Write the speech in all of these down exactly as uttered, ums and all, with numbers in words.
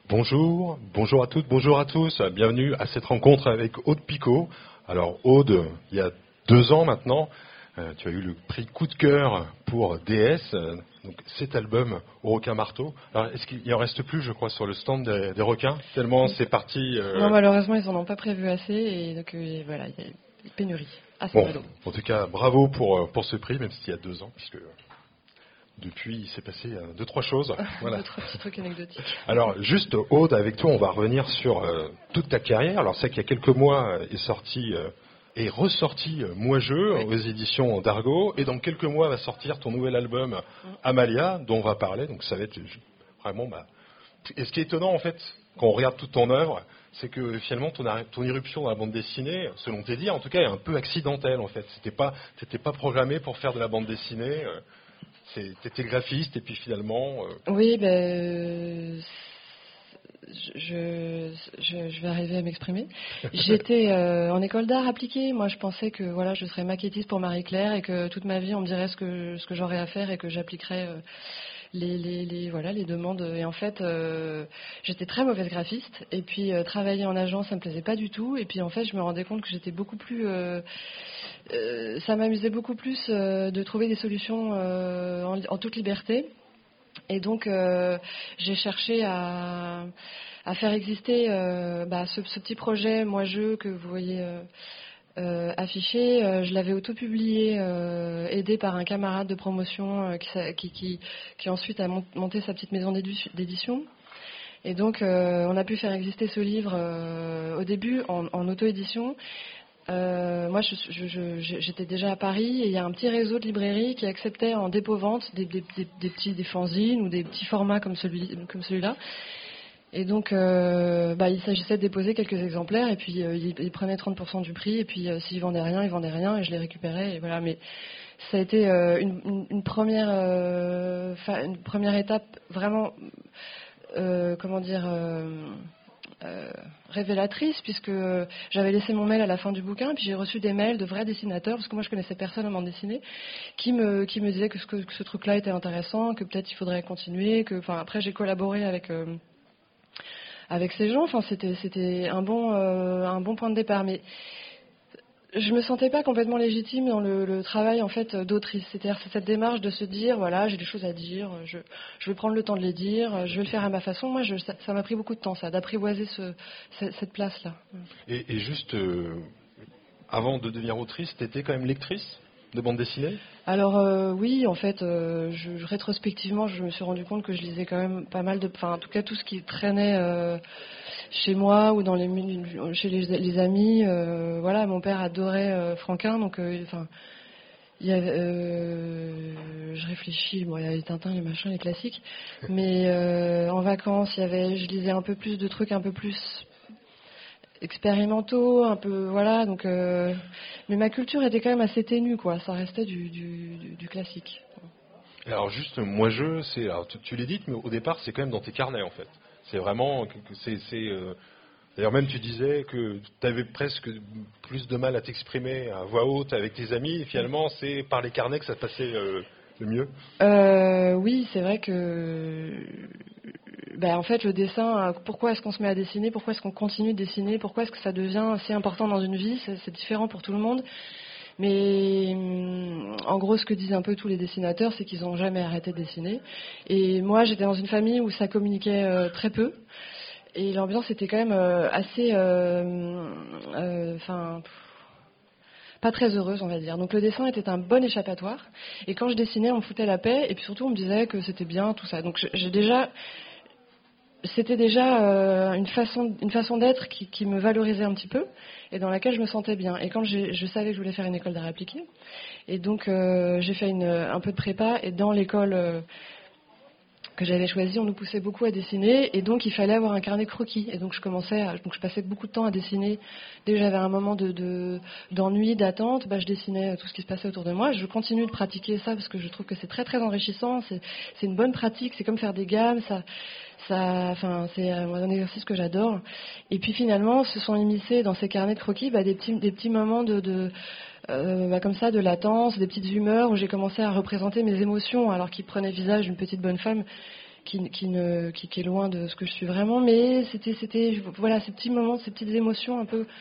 Bonjour, bonjour à toutes, bonjour à tous, bienvenue à cette rencontre avec Aude Picot. Alors Aude, il y a deux ans maintenant, euh, tu as eu le prix coup de cœur pour D S, euh, donc cet album au requin marteau. Alors est-ce qu'il y en reste plus, je crois, sur le stand des, des requins, tellement c'est parti. Euh... Non, malheureusement ils en ont pas prévu assez et donc euh, voilà, il y a une pénurie. À bon, en tout cas, bravo pour pour ce prix, même s'il y a deux ans, puisque. Depuis, il s'est passé euh, deux, trois choses. Voilà. Deux, trois petits trucs anecdotiques. Alors, juste, Aude, avec toi, on va revenir sur euh, toute ta carrière. Alors, c'est qu'il y a quelques mois, euh, est sorti, euh, est ressorti euh, Moi Jeu oui. aux éditions d'Argo. Et dans quelques mois, va sortir ton nouvel album mmh. Amalia, dont on va parler. Donc, ça va être vraiment... Bah... Et ce qui est étonnant, en fait, quand on regarde toute ton œuvre, c'est que finalement, ton, ton irruption dans la bande dessinée, selon tes dires, en tout cas, est un peu accidentelle, en fait. C'était pas, t'étais pas programmé pour faire de la bande dessinée. Euh, T'étais graphiste et puis finalement... Euh... Oui, ben, euh, je, je, je vais arriver à m'exprimer. J'étais euh, en école d'art appliquée. Moi, je pensais que voilà, je serais maquettiste pour Marie-Claire et que toute ma vie, on me dirait ce que, ce que j'aurais à faire et que j'appliquerais euh, les, les, les, voilà, les demandes. Et en fait, euh, j'étais très mauvaise graphiste. Et puis, euh, travailler en agence, ça me plaisait pas du tout. Et puis, en fait, je me rendais compte que j'étais beaucoup plus... Euh, Euh, ça m'amusait beaucoup plus euh, de trouver des solutions euh, en, en toute liberté. Et donc, euh, j'ai cherché à, à faire exister euh, bah, ce, ce petit projet Moi Jeu que vous voyez euh, euh, affiché. Euh, je l'avais auto-publié, euh, aidé par un camarade de promotion euh, qui, qui, qui, qui ensuite a monté sa petite maison d'édition. Et donc, euh, on a pu faire exister ce livre euh, au début en, en auto-édition. Euh, moi, je, je, je, j'étais déjà à Paris et il y a un petit réseau de librairies qui acceptait en dépôt-vente des, des, des, des petits des fanzines ou des petits formats comme, celui, comme celui-là. Et donc, euh, bah, il s'agissait de déposer quelques exemplaires et puis euh, ils, ils prenaient trente pour cent du prix et puis euh, s'ils vendaient rien, ils vendaient rien et je les récupérais. Et voilà. Mais ça a été euh, une, une, une, première, euh, une première étape vraiment, euh, comment dire... Euh, Euh, révélatrice puisque j'avais laissé mon mail à la fin du bouquin puis j'ai reçu des mails de vrais dessinateurs parce que moi je connaissais personne en bande dessinée qui me qui me disaient que ce, que, que ce truc-là était intéressant, que peut-être il faudrait continuer, que enfin après j'ai collaboré avec euh, avec ces gens, enfin c'était c'était un bon euh, un bon point de départ, mais je me sentais pas complètement légitime dans le, le travail en fait d'autrice. C'est-à-dire c'est cette démarche de se dire voilà j'ai des choses à dire, je, je vais prendre le temps de les dire, je vais le faire à ma façon. Moi je, ça, ça m'a pris beaucoup de temps ça, d'apprivoiser ce, cette place-là. Et, et juste euh, avant de devenir autrice, t'étais quand même lectrice de bande dessinée ? Alors euh, oui, en fait, euh, je, rétrospectivement, je me suis rendu compte que je lisais quand même pas mal de, enfin en tout cas tout ce qui traînait euh, chez moi ou dans les chez les, les amis. Euh, voilà, mon père adorait euh, Franquin, donc euh, enfin. Il y avait, euh, je réfléchis, bon, il y avait les Tintin, les machins, les classiques, mais euh, en vacances, il y avait, je lisais un peu plus de trucs un peu plus expérimentaux, un peu voilà, donc euh, mais ma culture était quand même assez ténue, quoi. Ça restait du, du, du, du classique. Alors juste, moi je, c'est, alors tu, tu l'as dit, mais au départ, c'est quand même dans tes carnets en fait. C'est vraiment, c'est, c'est euh, d'ailleurs même tu disais que tu avais presque plus de mal à t'exprimer à voix haute avec tes amis. Et finalement, c'est par les carnets que ça passait euh, le mieux. Euh, oui, c'est vrai que. Ben, en fait, le dessin, pourquoi est-ce qu'on se met à dessiner? Pourquoi est-ce qu'on continue de dessiner? Pourquoi est-ce que ça devient si important dans une vie? c'est, c'est différent pour tout le monde. Mais en gros, ce que disent un peu tous les dessinateurs, c'est qu'ils n'ont jamais arrêté de dessiner. Et moi, j'étais dans une famille où ça communiquait euh, très peu. Et l'ambiance était quand même euh, assez... Enfin... Euh, euh, pas très heureuse, on va dire. Donc le dessin était un bon échappatoire. Et quand je dessinais, on me foutait la paix. Et puis surtout, on me disait que c'était bien, tout ça. Donc j'ai déjà... C'était déjà euh, une façon, une façon d'être qui, qui me valorisait un petit peu et dans laquelle je me sentais bien. Et quand j'ai, je savais que je voulais faire une école d'art appliqué, et donc euh, j'ai fait une, un peu de prépa, et dans l'école euh, que j'avais choisie, on nous poussait beaucoup à dessiner, et donc il fallait avoir un carnet croquis. Et donc je commençais, à, donc je passais beaucoup de temps à dessiner. Dès que j'avais un moment de, de, d'ennui, d'attente, bah, je dessinais tout ce qui se passait autour de moi. Je continue de pratiquer ça parce que je trouve que c'est très très enrichissant. C'est, c'est une bonne pratique, c'est comme faire des gammes, ça. Ça, enfin, c'est un exercice que j'adore. Et puis finalement, se sont immiscés dans ces carnets de croquis bah, des petits, des petits moments de, de euh, bah, comme ça, de latence, des petites humeurs où j'ai commencé à représenter mes émotions, alors qu'ils prenaient le visage d'une petite bonne femme qui, qui, ne, qui, qui est loin de ce que je suis vraiment. Mais c'était, c'était, voilà, ces petits moments, ces petites émotions un peu,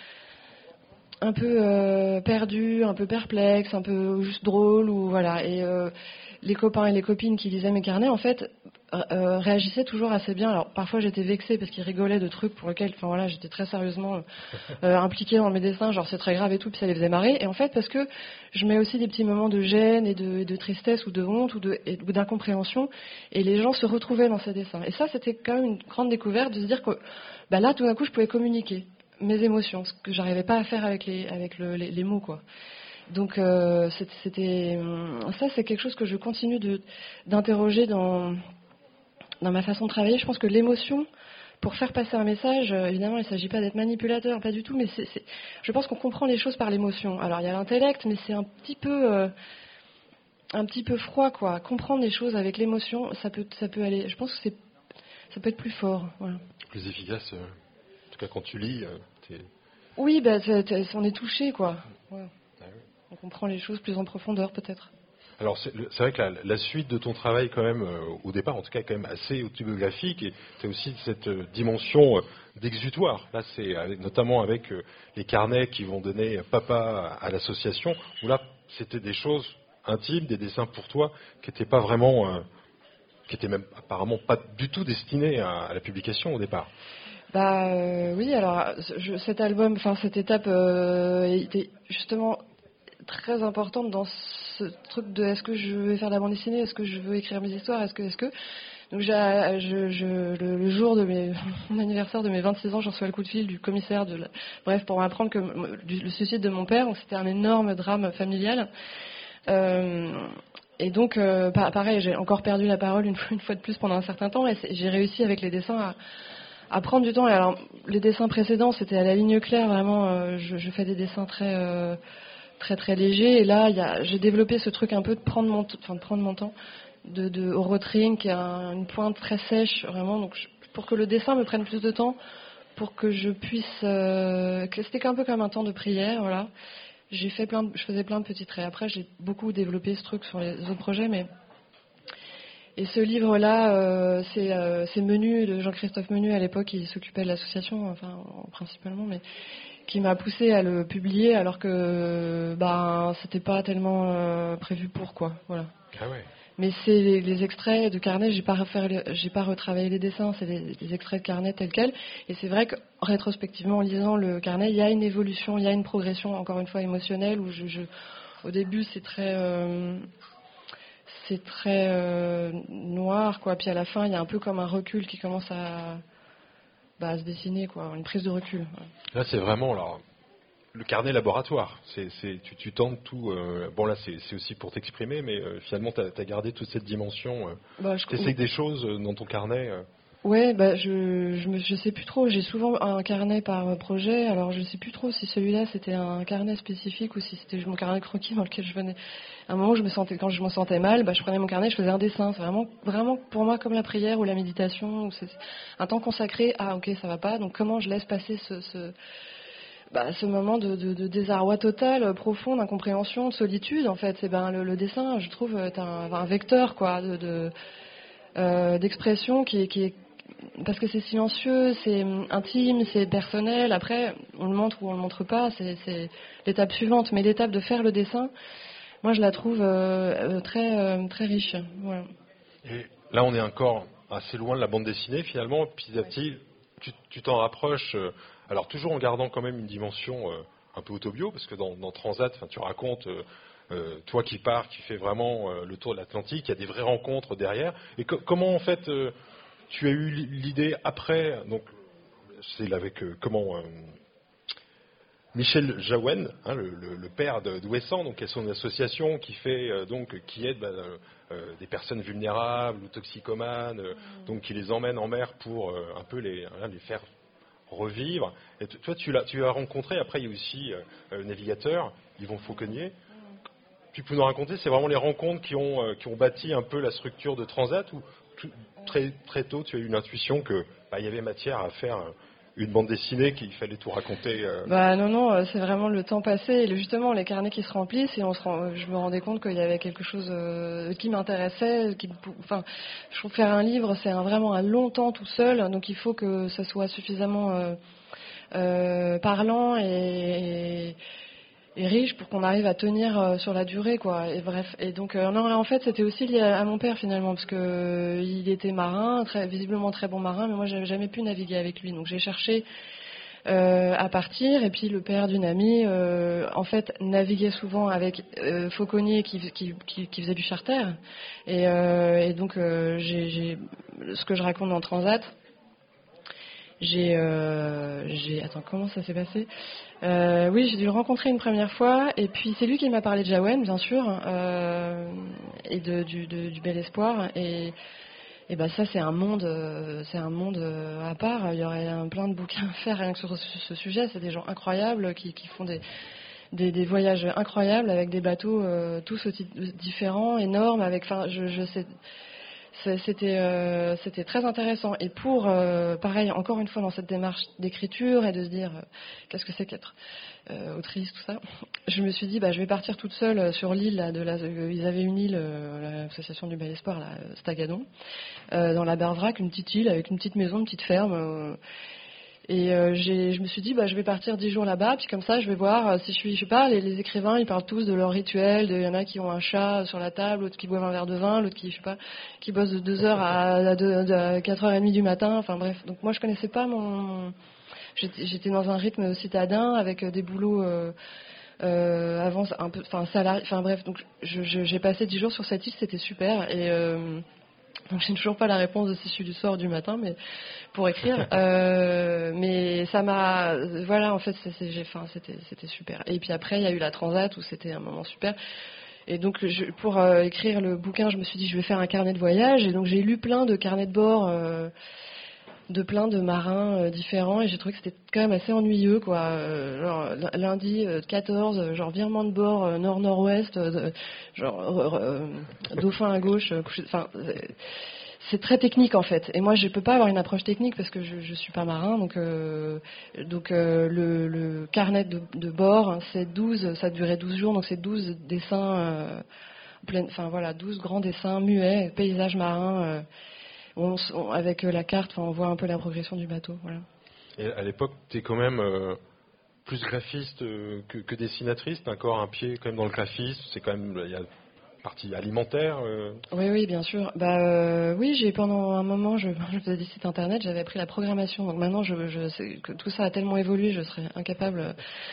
un peu euh, perdues, un peu perplexes, un peu juste drôles, ou voilà. Et euh, les copains et les copines qui lisaient mes carnets, en fait, euh, réagissaient toujours assez bien. Alors parfois j'étais vexée parce qu'ils rigolaient de trucs pour lesquels, enfin voilà, j'étais très sérieusement euh, impliquée dans mes dessins, genre c'est très grave et tout, puis ça les faisait marrer. Et en fait, parce que je mets aussi des petits moments de gêne et de, de tristesse ou de honte ou, de, et, ou d'incompréhension, et les gens se retrouvaient dans ces dessins. Et ça, c'était quand même une grande découverte de se dire que bah là, tout d'un coup, je pouvais communiquer mes émotions, ce que j'arrivais pas à faire avec les, avec le, les, les mots, quoi. Donc euh, c'était ça, c'est quelque chose que je continue de d'interroger dans dans ma façon de travailler. Je pense que l'émotion, pour faire passer un message, euh, évidemment, il ne s'agit pas d'être manipulateur, pas du tout, mais c'est, c'est, je pense qu'on comprend les choses par l'émotion. Alors il y a l'intellect, mais c'est un petit peu euh, un petit peu froid, quoi. Comprendre les choses avec l'émotion, ça peut ça peut aller. Je pense que c'est ça peut être plus fort. Voilà. Plus efficace. Euh, en tout cas, quand tu lis, euh, t'es... Oui, bah, c'est, c'est, on est touché, quoi. Ouais. Ah oui. On comprend les choses plus en profondeur, peut-être. Alors c'est, c'est vrai que la, la suite de ton travail quand même, euh, au départ en tout cas, est quand même assez autobiographique, et c'est aussi cette euh, dimension euh, d'exutoire. Là c'est avec, notamment avec euh, les carnets qui vont donner papa à, à l'association, où là c'était des choses intimes, des dessins pour toi qui n'étaient pas vraiment, euh, qui étaient même apparemment pas du tout destinés à, à la publication au départ. Bah euh, oui, alors je, cet album, enfin cette étape euh, était justement très importante dans ce truc de est-ce que je vais faire de la bande dessinée, est-ce que je veux écrire mes histoires, est-ce que, est-ce que donc j'ai, je, je, le, le jour de mes, mon anniversaire de mes vingt-six ans, j'en reçois le coup de fil du commissaire de la, bref, pour m'apprendre que du, le suicide de mon père, donc c'était un énorme drame familial. Euh, et donc, euh, pareil, j'ai encore perdu la parole une, une fois de plus pendant un certain temps, et j'ai réussi avec les dessins à à prendre du temps. Et alors, les dessins précédents, c'était à la ligne claire, vraiment. Euh, je, je fais des dessins très, euh, très, très légers. Et là, il y a, j'ai développé ce truc un peu de prendre mon, enfin, de prendre mon temps, de, de au rotring, qui a un, une pointe très sèche, vraiment. Donc, je, pour que le dessin me prenne plus de temps, pour que je puisse, euh, que c'était un peu comme un temps de prière, voilà. J'ai fait plein, de, je faisais plein de petits traits. Après, j'ai beaucoup développé ce truc sur les autres projets, mais et ce livre-là, euh, c'est, euh, c'est Menu, de Jean-Christophe Menu, à l'époque, il s'occupait de l'association, enfin, principalement, mais qui m'a poussé à le publier, alors que bah, c'était pas tellement euh, prévu pour, quoi. Voilà. Ah ouais. Mais c'est les, les extraits de carnet, j'ai pas refaire, j'ai pas retravaillé les dessins, c'est les, les extraits de carnet tels quels. Et c'est vrai que rétrospectivement, en lisant le carnet, il y a une évolution, il y a une progression, encore une fois émotionnelle, où je, je au début c'est très euh, c'est très euh, noir, quoi. Puis à la fin, il y a un peu comme un recul qui commence à, bah, à se dessiner, quoi, une prise de recul. Ouais. Là, c'est vraiment alors, le carnet laboratoire. C'est, c'est, tu, tu tentes tout. Euh, bon, là, c'est, c'est aussi pour t'exprimer, mais euh, finalement, tu as gardé toute cette dimension. Euh, bah, je... Tu essayes des choses euh, dans ton carnet. Euh. Ouais, bah, je, je, me, je sais plus trop. J'ai souvent un carnet par projet. Alors, je sais plus trop si celui-là c'était un carnet spécifique ou si c'était mon carnet de croquis dans lequel je venais. À un moment, où je me sentais, quand je me sentais mal, bah, je prenais mon carnet, je faisais un dessin. C'est vraiment, vraiment pour moi comme la prière ou la méditation. Ou c'est un temps consacré. Ah, ok, ça va pas. Donc, comment je laisse passer ce, ce, bah, ce moment de, de, de désarroi total, profond, d'incompréhension, de solitude. En fait, c'est ben le, le dessin, je trouve, est un, un vecteur, quoi, de, de euh, d'expression qui est, qui est parce que c'est silencieux, c'est intime, c'est personnel. Après, on le montre ou on le montre pas, c'est, c'est l'étape suivante. Mais l'étape de faire le dessin, moi, je la trouve euh, très, euh, très riche. Voilà. Et là, on est encore assez loin de la bande dessinée, finalement. Petit à petit, tu, tu t'en rapproches. Euh, alors, toujours en gardant quand même une dimension euh, un peu autobio, parce que dans, dans Transat, tu racontes... Euh, Euh, toi qui pars, qui fais vraiment euh, le tour de l'Atlantique, il y a des vraies rencontres derrière. Et co- comment en fait euh, tu as eu l'idée après, donc c'est avec euh, comment euh, Michel Jaouen, hein, le, le, le père de d'Ouessant, donc qui a son association qui fait euh, donc qui aide bah, euh, des personnes vulnérables ou toxicomanes, euh, donc qui les emmène en mer pour euh, un peu les, hein, les faire revivre. Et t- toi tu l'as tu as rencontré. Après il y a aussi euh, le navigateur Yvon Fauconnier. Tu peux nous raconter, c'est vraiment les rencontres qui ont, euh, qui ont bâti un peu la structure de Transat, ou tout, très, très tôt tu as eu une intuition que bah, y avait matière à faire une bande dessinée qu'il fallait tout raconter. Euh... Bah non non, c'est vraiment le temps passé et justement les carnets qui se remplissent et on se rend, je me rendais compte qu'il y avait quelque chose euh, qui m'intéressait, qui, enfin, je trouve faire un livre c'est un, vraiment un long temps tout seul, donc il faut que ça soit suffisamment euh, euh, parlant et, et, et riche pour qu'on arrive à tenir euh, sur la durée quoi. Et bref, et donc euh, non là en fait c'était aussi lié à, à mon père finalement parce que euh, il était marin, très visiblement très bon marin, mais moi j'avais jamais pu naviguer avec lui, donc j'ai cherché Euh, à partir et puis le père d'une amie euh, en fait naviguait souvent avec euh, Fauconnier qui, qui, qui, qui faisait du charter et, euh, et donc euh, j'ai, j'ai ce que je raconte dans Transat j'ai, euh, j'ai attends comment ça s'est passé euh, oui j'ai dû le rencontrer une première fois et puis c'est lui qui m'a parlé de Jawen bien sûr euh, et de, du, de, du Bel Espoir et Et ben ça c'est un monde, euh, c'est un monde euh, à part. Il y aurait un, plein de bouquins à faire rien que sur ce, ce sujet. C'est des gens incroyables qui, qui font des, des, des voyages incroyables avec des bateaux euh, tous aussi différents, énormes. Avec, enfin, je, je sais, c'était, euh, c'était très intéressant. Et pour, euh, pareil, encore une fois dans cette démarche d'écriture et de se dire euh, qu'est-ce que c'est qu'être euh, autrice, tout ça. Je me suis dit, bah, je vais partir toute seule sur l'île. Là, de la, euh, ils avaient une île, euh, l'association du Bel Espoir, là, Stagadon, euh, dans la Bergerac, une petite île avec une petite maison, une petite ferme. Euh, et euh, j'ai, je me suis dit, bah, je vais partir dix jours là-bas, puis comme ça, je vais voir euh, si je suis, je sais pas, les, les écrivains, ils parlent tous de leur rituel. Il y en a qui ont un chat sur la table, l'autre qui boivent un verre de vin, l'autre qui, je sais pas, qui bosse de deux heures à, à, deux, à quatre heures trente du matin. Enfin bref, donc moi je connaissais pas mon, j'étais, j'étais dans un rythme citadin avec des boulots. Euh, euh, avant un peu, enfin salarié, enfin bref, donc je, je, j'ai passé dix jours sur cette île, c'était super et euh, donc j'ai toujours pas la réponse de si je suis du soir ou du matin, mais pour écrire, euh, mais ça m'a, voilà, en fait, c'est, c'est, j'ai, enfin, c'était, c'était super. Et puis après, il y a eu la Transat où c'était un moment super. Et donc, je, pour euh, écrire le bouquin, je me suis dit, je vais faire un carnet de voyage. Et donc, j'ai lu plein de carnets de bord. Euh, de plein de marins euh, différents et j'ai trouvé que c'était quand même assez ennuyeux quoi. Euh, genre, lundi euh, quatorze, genre virement de bord euh, nord-nord-ouest, euh, genre euh, euh, dauphin à gauche, euh, couché, enfin euh, c'est très technique en fait. Et moi je peux pas avoir une approche technique parce que je, je suis pas marin donc euh, donc euh, le, le carnet de, de bord hein, c'est douze, ça durait douze jours donc c'est douze dessins, euh, plein, enfin voilà douze grands dessins muets, paysages marins. Euh, On, on, avec la carte, on voit un peu la progression du bateau. Voilà. Et à l'époque, tu es quand même euh, plus graphiste euh, que, que dessinatrice. Tu as encore un pied quand même dans le graphisme. C'est quand même, il y a une partie alimentaire. Euh... Oui, oui, bien sûr. Bah, euh, oui, j'ai pendant un moment, je, je faisais des sites internet, j'avais appris la programmation. Donc maintenant, je, je sais que tout ça a tellement évolué, je serais incapable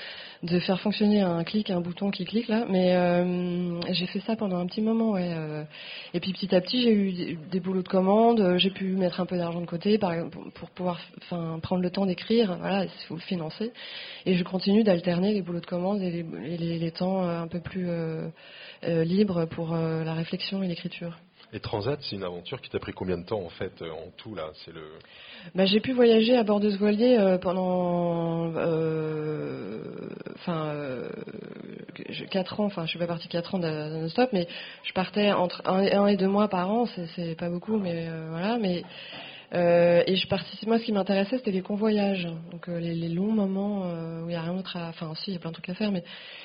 de faire fonctionner un clic, un bouton qui clique là, mais euh, j'ai fait ça pendant un petit moment, ouais. Euh, et puis petit à petit, j'ai eu des, des boulots de commande, j'ai pu mettre un peu d'argent de côté, par exemple, pour, pour pouvoir, enfin, prendre le temps d'écrire. Voilà, il faut le financer. Et je continue d'alterner les boulots de commande et les, et les, les temps un peu plus euh, euh, libres pour euh, la réflexion et l'écriture. Et Transat, c'est une aventure qui t'a pris combien de temps en fait en tout là? C'est le. Bah, j'ai pu voyager à bord de ce voilier euh, pendant, euh, enfin, euh, quatre ans. Enfin, je suis pas partie quatre ans de non-stop, mais je partais entre un, un et deux mois par an. C'est, c'est pas beaucoup, mais euh, voilà. Mais euh, et je participe. Moi, ce qui m'intéressait, c'était les convoyages, donc euh, les, les longs moments euh, où il y a rien d'autre à. Enfin, si, il y a plein de trucs à faire, mais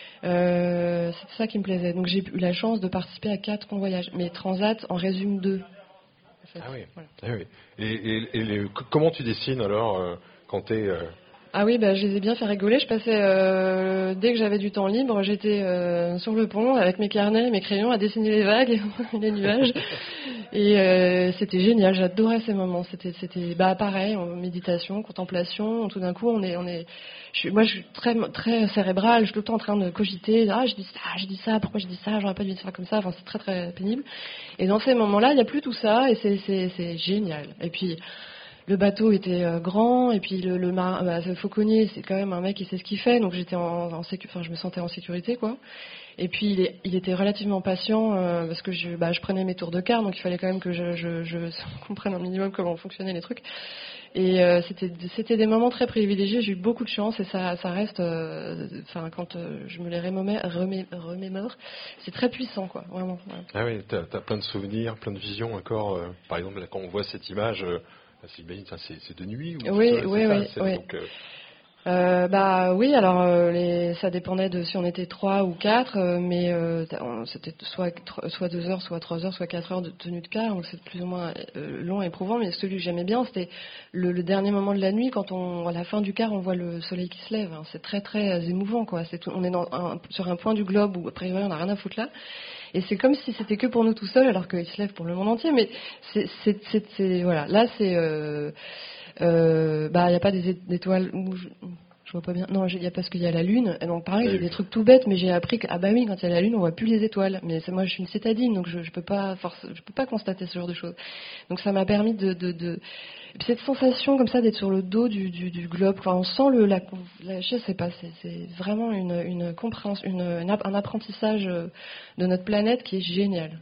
euh, c'était ça qui me plaisait. Donc, j'ai eu la chance de participer à quatre convoyages. Mais Transat en résume deux. Ah oui. Voilà. Ah oui. Et, et, et les, comment tu dessines alors euh, quand tu es... Euh... Ah oui, bah, je les ai bien fait rigoler. Je passais, euh, dès que j'avais du temps libre, j'étais euh, sur le pont avec mes carnets, mes crayons à dessiner les vagues, les nuages. Et euh, c'était génial, j'adorais ces moments. C'était, c'était bah, pareil, en méditation, contemplation. Tout d'un coup, on est... On est je suis, moi, je suis très, très cérébrale. Je suis tout le temps en train de cogiter. Ah, je dis ça, je dis ça, pourquoi je dis ça, j'aurais pas dû faire comme ça. Enfin, c'est très, très pénible. Et dans ces moments-là, il n'y a plus tout ça et c'est, c'est, c'est génial. Et puis... Le bateau était euh, grand et puis le, le, mar- bah, le Fauconnier, c'est quand même un mec qui sait ce qu'il fait, donc j'étais en, en sécu- enfin, je me sentais en sécurité quoi. Et puis il, est, il était relativement patient euh, parce que je, bah, je prenais mes tours de quart, donc il fallait quand même que je, je, je comprenne un minimum comment fonctionnaient les trucs. Et euh, c'était, c'était des moments très privilégiés. J'ai eu beaucoup de chance et ça, ça reste, enfin euh, quand euh, je me les remémore, remé, remémore, c'est très puissant quoi, vraiment. Ouais. Ah oui, t'as, t'as plein de souvenirs, plein de visions encore. Euh, par exemple, là, quand on voit cette image. Euh, J'imagine ça, c'est, c'est de nuit ou Oui, c'est, oui, c'est oui. ça, c'est, oui. donc, euh... Euh, bah oui, alors euh, les, ça dépendait de si on était trois ou quatre, euh, mais euh, on, c'était soit soit deux heures, soit trois heures, soit quatre heures de tenue de car, donc c'est plus ou moins euh, long et éprouvant. Mais celui que j'aimais bien, c'était le, le dernier moment de la nuit, quand on, à la fin du car, on voit le soleil qui se lève. Hein. C'est très très euh, émouvant, quoi. C'est tout, on est dans un, sur un point du globe où a priori on n'a rien à foutre là, et c'est comme si c'était que pour nous tout seuls, alors qu'il se lève pour le monde entier. Mais c'est, c'est, c'est, c'est voilà, là c'est euh, Euh, bah, il n'y a pas des étoiles. Où je, je vois pas bien. Non, il y a parce qu'il y a la lune. Et donc, pareil, il y a des trucs tout bêtes, mais j'ai appris que ah bah oui, quand il y a la lune, on voit plus les étoiles. Mais c'est, moi, je suis une citadine, donc je, je peux pas force, je peux pas constater ce genre de choses. Donc, ça m'a permis de, de, de... Et puis cette sensation comme ça d'être sur le dos du, du, du globe. Enfin, on sent le, la, la, je sais pas, c'est, c'est vraiment une, une compréhension, une, une, un apprentissage de notre planète qui est génial.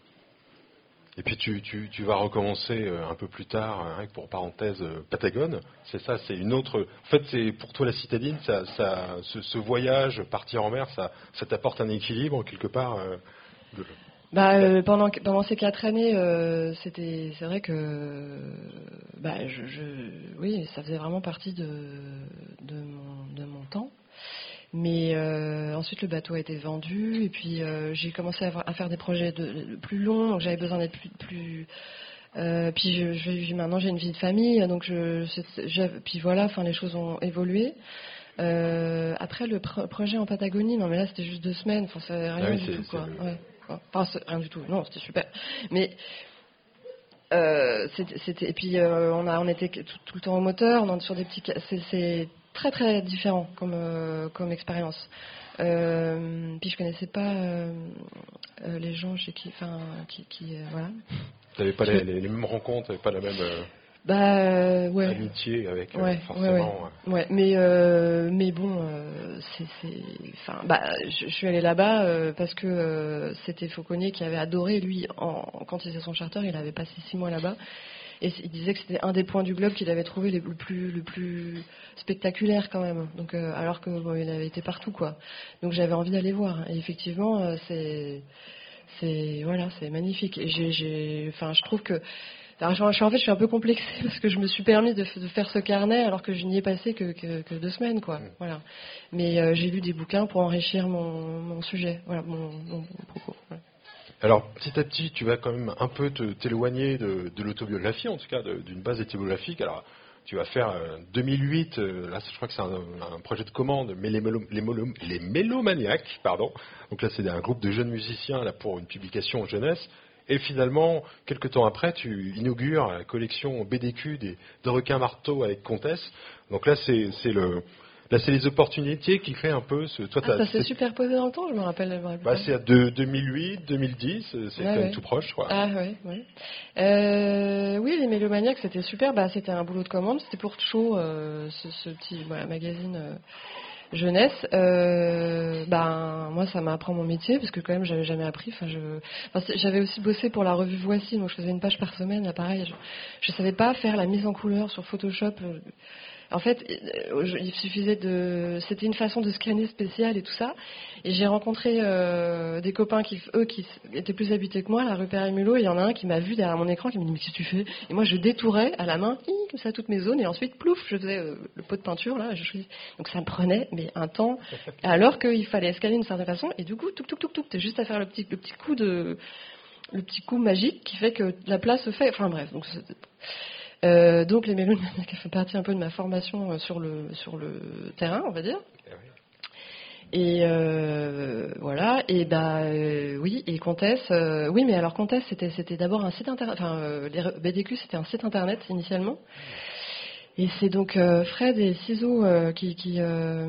Et puis tu, tu, tu vas recommencer un peu plus tard, hein, pour parenthèse, Patagone. C'est ça, c'est une autre. En fait, c'est pour toi la citadine, ça, ça, ce, ce voyage, partir en mer, ça, ça t'apporte un équilibre quelque part. Euh, de... Bah, euh, pendant pendant ces quatre années, euh, c'était, c'est vrai que, bah, je, je, oui, ça faisait vraiment partie de de mon, de mon temps. Mais euh, ensuite, le bateau a été vendu, et puis euh, j'ai commencé à, avoir, à faire des projets de, de plus longs, donc j'avais besoin d'être plus. plus euh, puis je, je, maintenant, j'ai une vie de famille, donc je, je puis voilà, enfin, les choses ont évolué. Euh, après, le pro- projet en Patagonie, non, mais là, c'était juste deux semaines, enfin, c'est rien Ah oui, du c'est, tout, quoi. c'est... Ouais. Enfin, c'est rien du tout. Non, c'était super. Mais euh, c'était, c'était, et puis euh, on a, on était tout, tout le temps au moteur, on est sur des petits. C'est, c'est très très différent comme euh, comme expérience. Euh, puis je connaissais pas euh, euh, les gens chez qui, enfin, qui, qui euh, voilà. T'avais pas Je... les, les, les mêmes rencontres, t'avais pas la même. Euh... Bah euh, ouais. Amitié avec, euh, Ouais, forcément. ouais, ouais. ouais. Mais euh, mais bon, euh, c'est, c'est, enfin, bah, je, je suis allée là-bas euh, parce que euh, c'était Fauconnier qui avait adoré, lui, en, quand il faisait son charter, il avait passé six mois là-bas, et il disait que c'était un des points du globe qu'il avait trouvé les, le plus le plus spectaculaire quand même. Donc euh, alors que bon, il avait été partout, quoi. Donc j'avais envie d'aller voir. Et effectivement, euh, c'est c'est voilà, c'est magnifique. Et j'ai, j'ai, enfin, je trouve que alors, je, je, en fait, je suis un peu complexée parce que je me suis permis de, de faire ce carnet alors que je n'y ai passé que, que, que deux semaines, quoi. Mmh. Voilà. Mais euh, j'ai lu des bouquins pour enrichir mon, mon sujet, voilà, mon, mon, mon propos. Voilà. Alors, petit à petit, tu vas quand même un peu te, t'éloigner de, de l'autobiographie, en tout cas de, d'une base étymologique. Alors, tu vas faire euh, deux mille huit, euh, là, je crois que c'est un, un projet de commande, mais les, mélo, les, mélo, les Mélomaniaques, pardon. Donc là, c'est un groupe de jeunes musiciens là pour une publication en jeunesse. Et finalement, quelques temps après, tu inaugures la collection B D Q des de requins marteaux avec Comtesse. Donc là, c'est, c'est le, là, c'est les opportunités qui créent un peu ce. Toi, ah, ça s'est superposé dans le temps, je me rappelle. Je me rappelle bah, c'est à de, deux mille huit, deux mille dix, c'est ouais, quand même ouais. tout proche, quoi. Ah ouais, ouais. Euh, oui, les Mélomaniaques, c'était super. Bah, c'était un boulot de commande. C'était pour Tcho, euh, ce, ce petit voilà, magazine. Euh, jeunesse, euh, ben moi ça m'apprend mon métier parce que quand même j'avais jamais appris. Enfin, je, enfin, j'avais aussi bossé pour la revue Voici, donc je faisais une page par semaine. Là, pareil, je, je savais pas faire la mise en couleur sur Photoshop. En fait, il suffisait de, c'était une façon de scanner spéciale et tout ça. Et j'ai rencontré euh, des copains qui, eux, qui étaient plus habités que moi, à la rue Père-et-Mulot. Et il y en a un qui m'a vu derrière mon écran, qui m'a dit mais qu'est-ce que tu fais? Et moi, je détourais à la main, comme ça, toutes mes zones. Et ensuite, plouf, je faisais euh, le pot de peinture là. Je, donc ça me prenait mais un temps, alors qu'il fallait scanner d'une certaine façon. Et du coup, tout, tout, tout, tout, t'es juste à faire le petit, le petit coup de, le petit coup magique qui fait que la place se fait. Enfin bref, donc. Euh, donc les Mélomaniaques fait partie un peu de ma formation sur le sur le terrain, on va dire. Et euh, voilà. Et bah euh, oui. Et Comtesse, euh, oui, mais alors Comtesse, c'était c'était d'abord un site internet. Enfin, euh, les B D Q, c'était un site internet initialement. Et c'est donc euh, Fred et Ciseaux euh, qui, qui euh,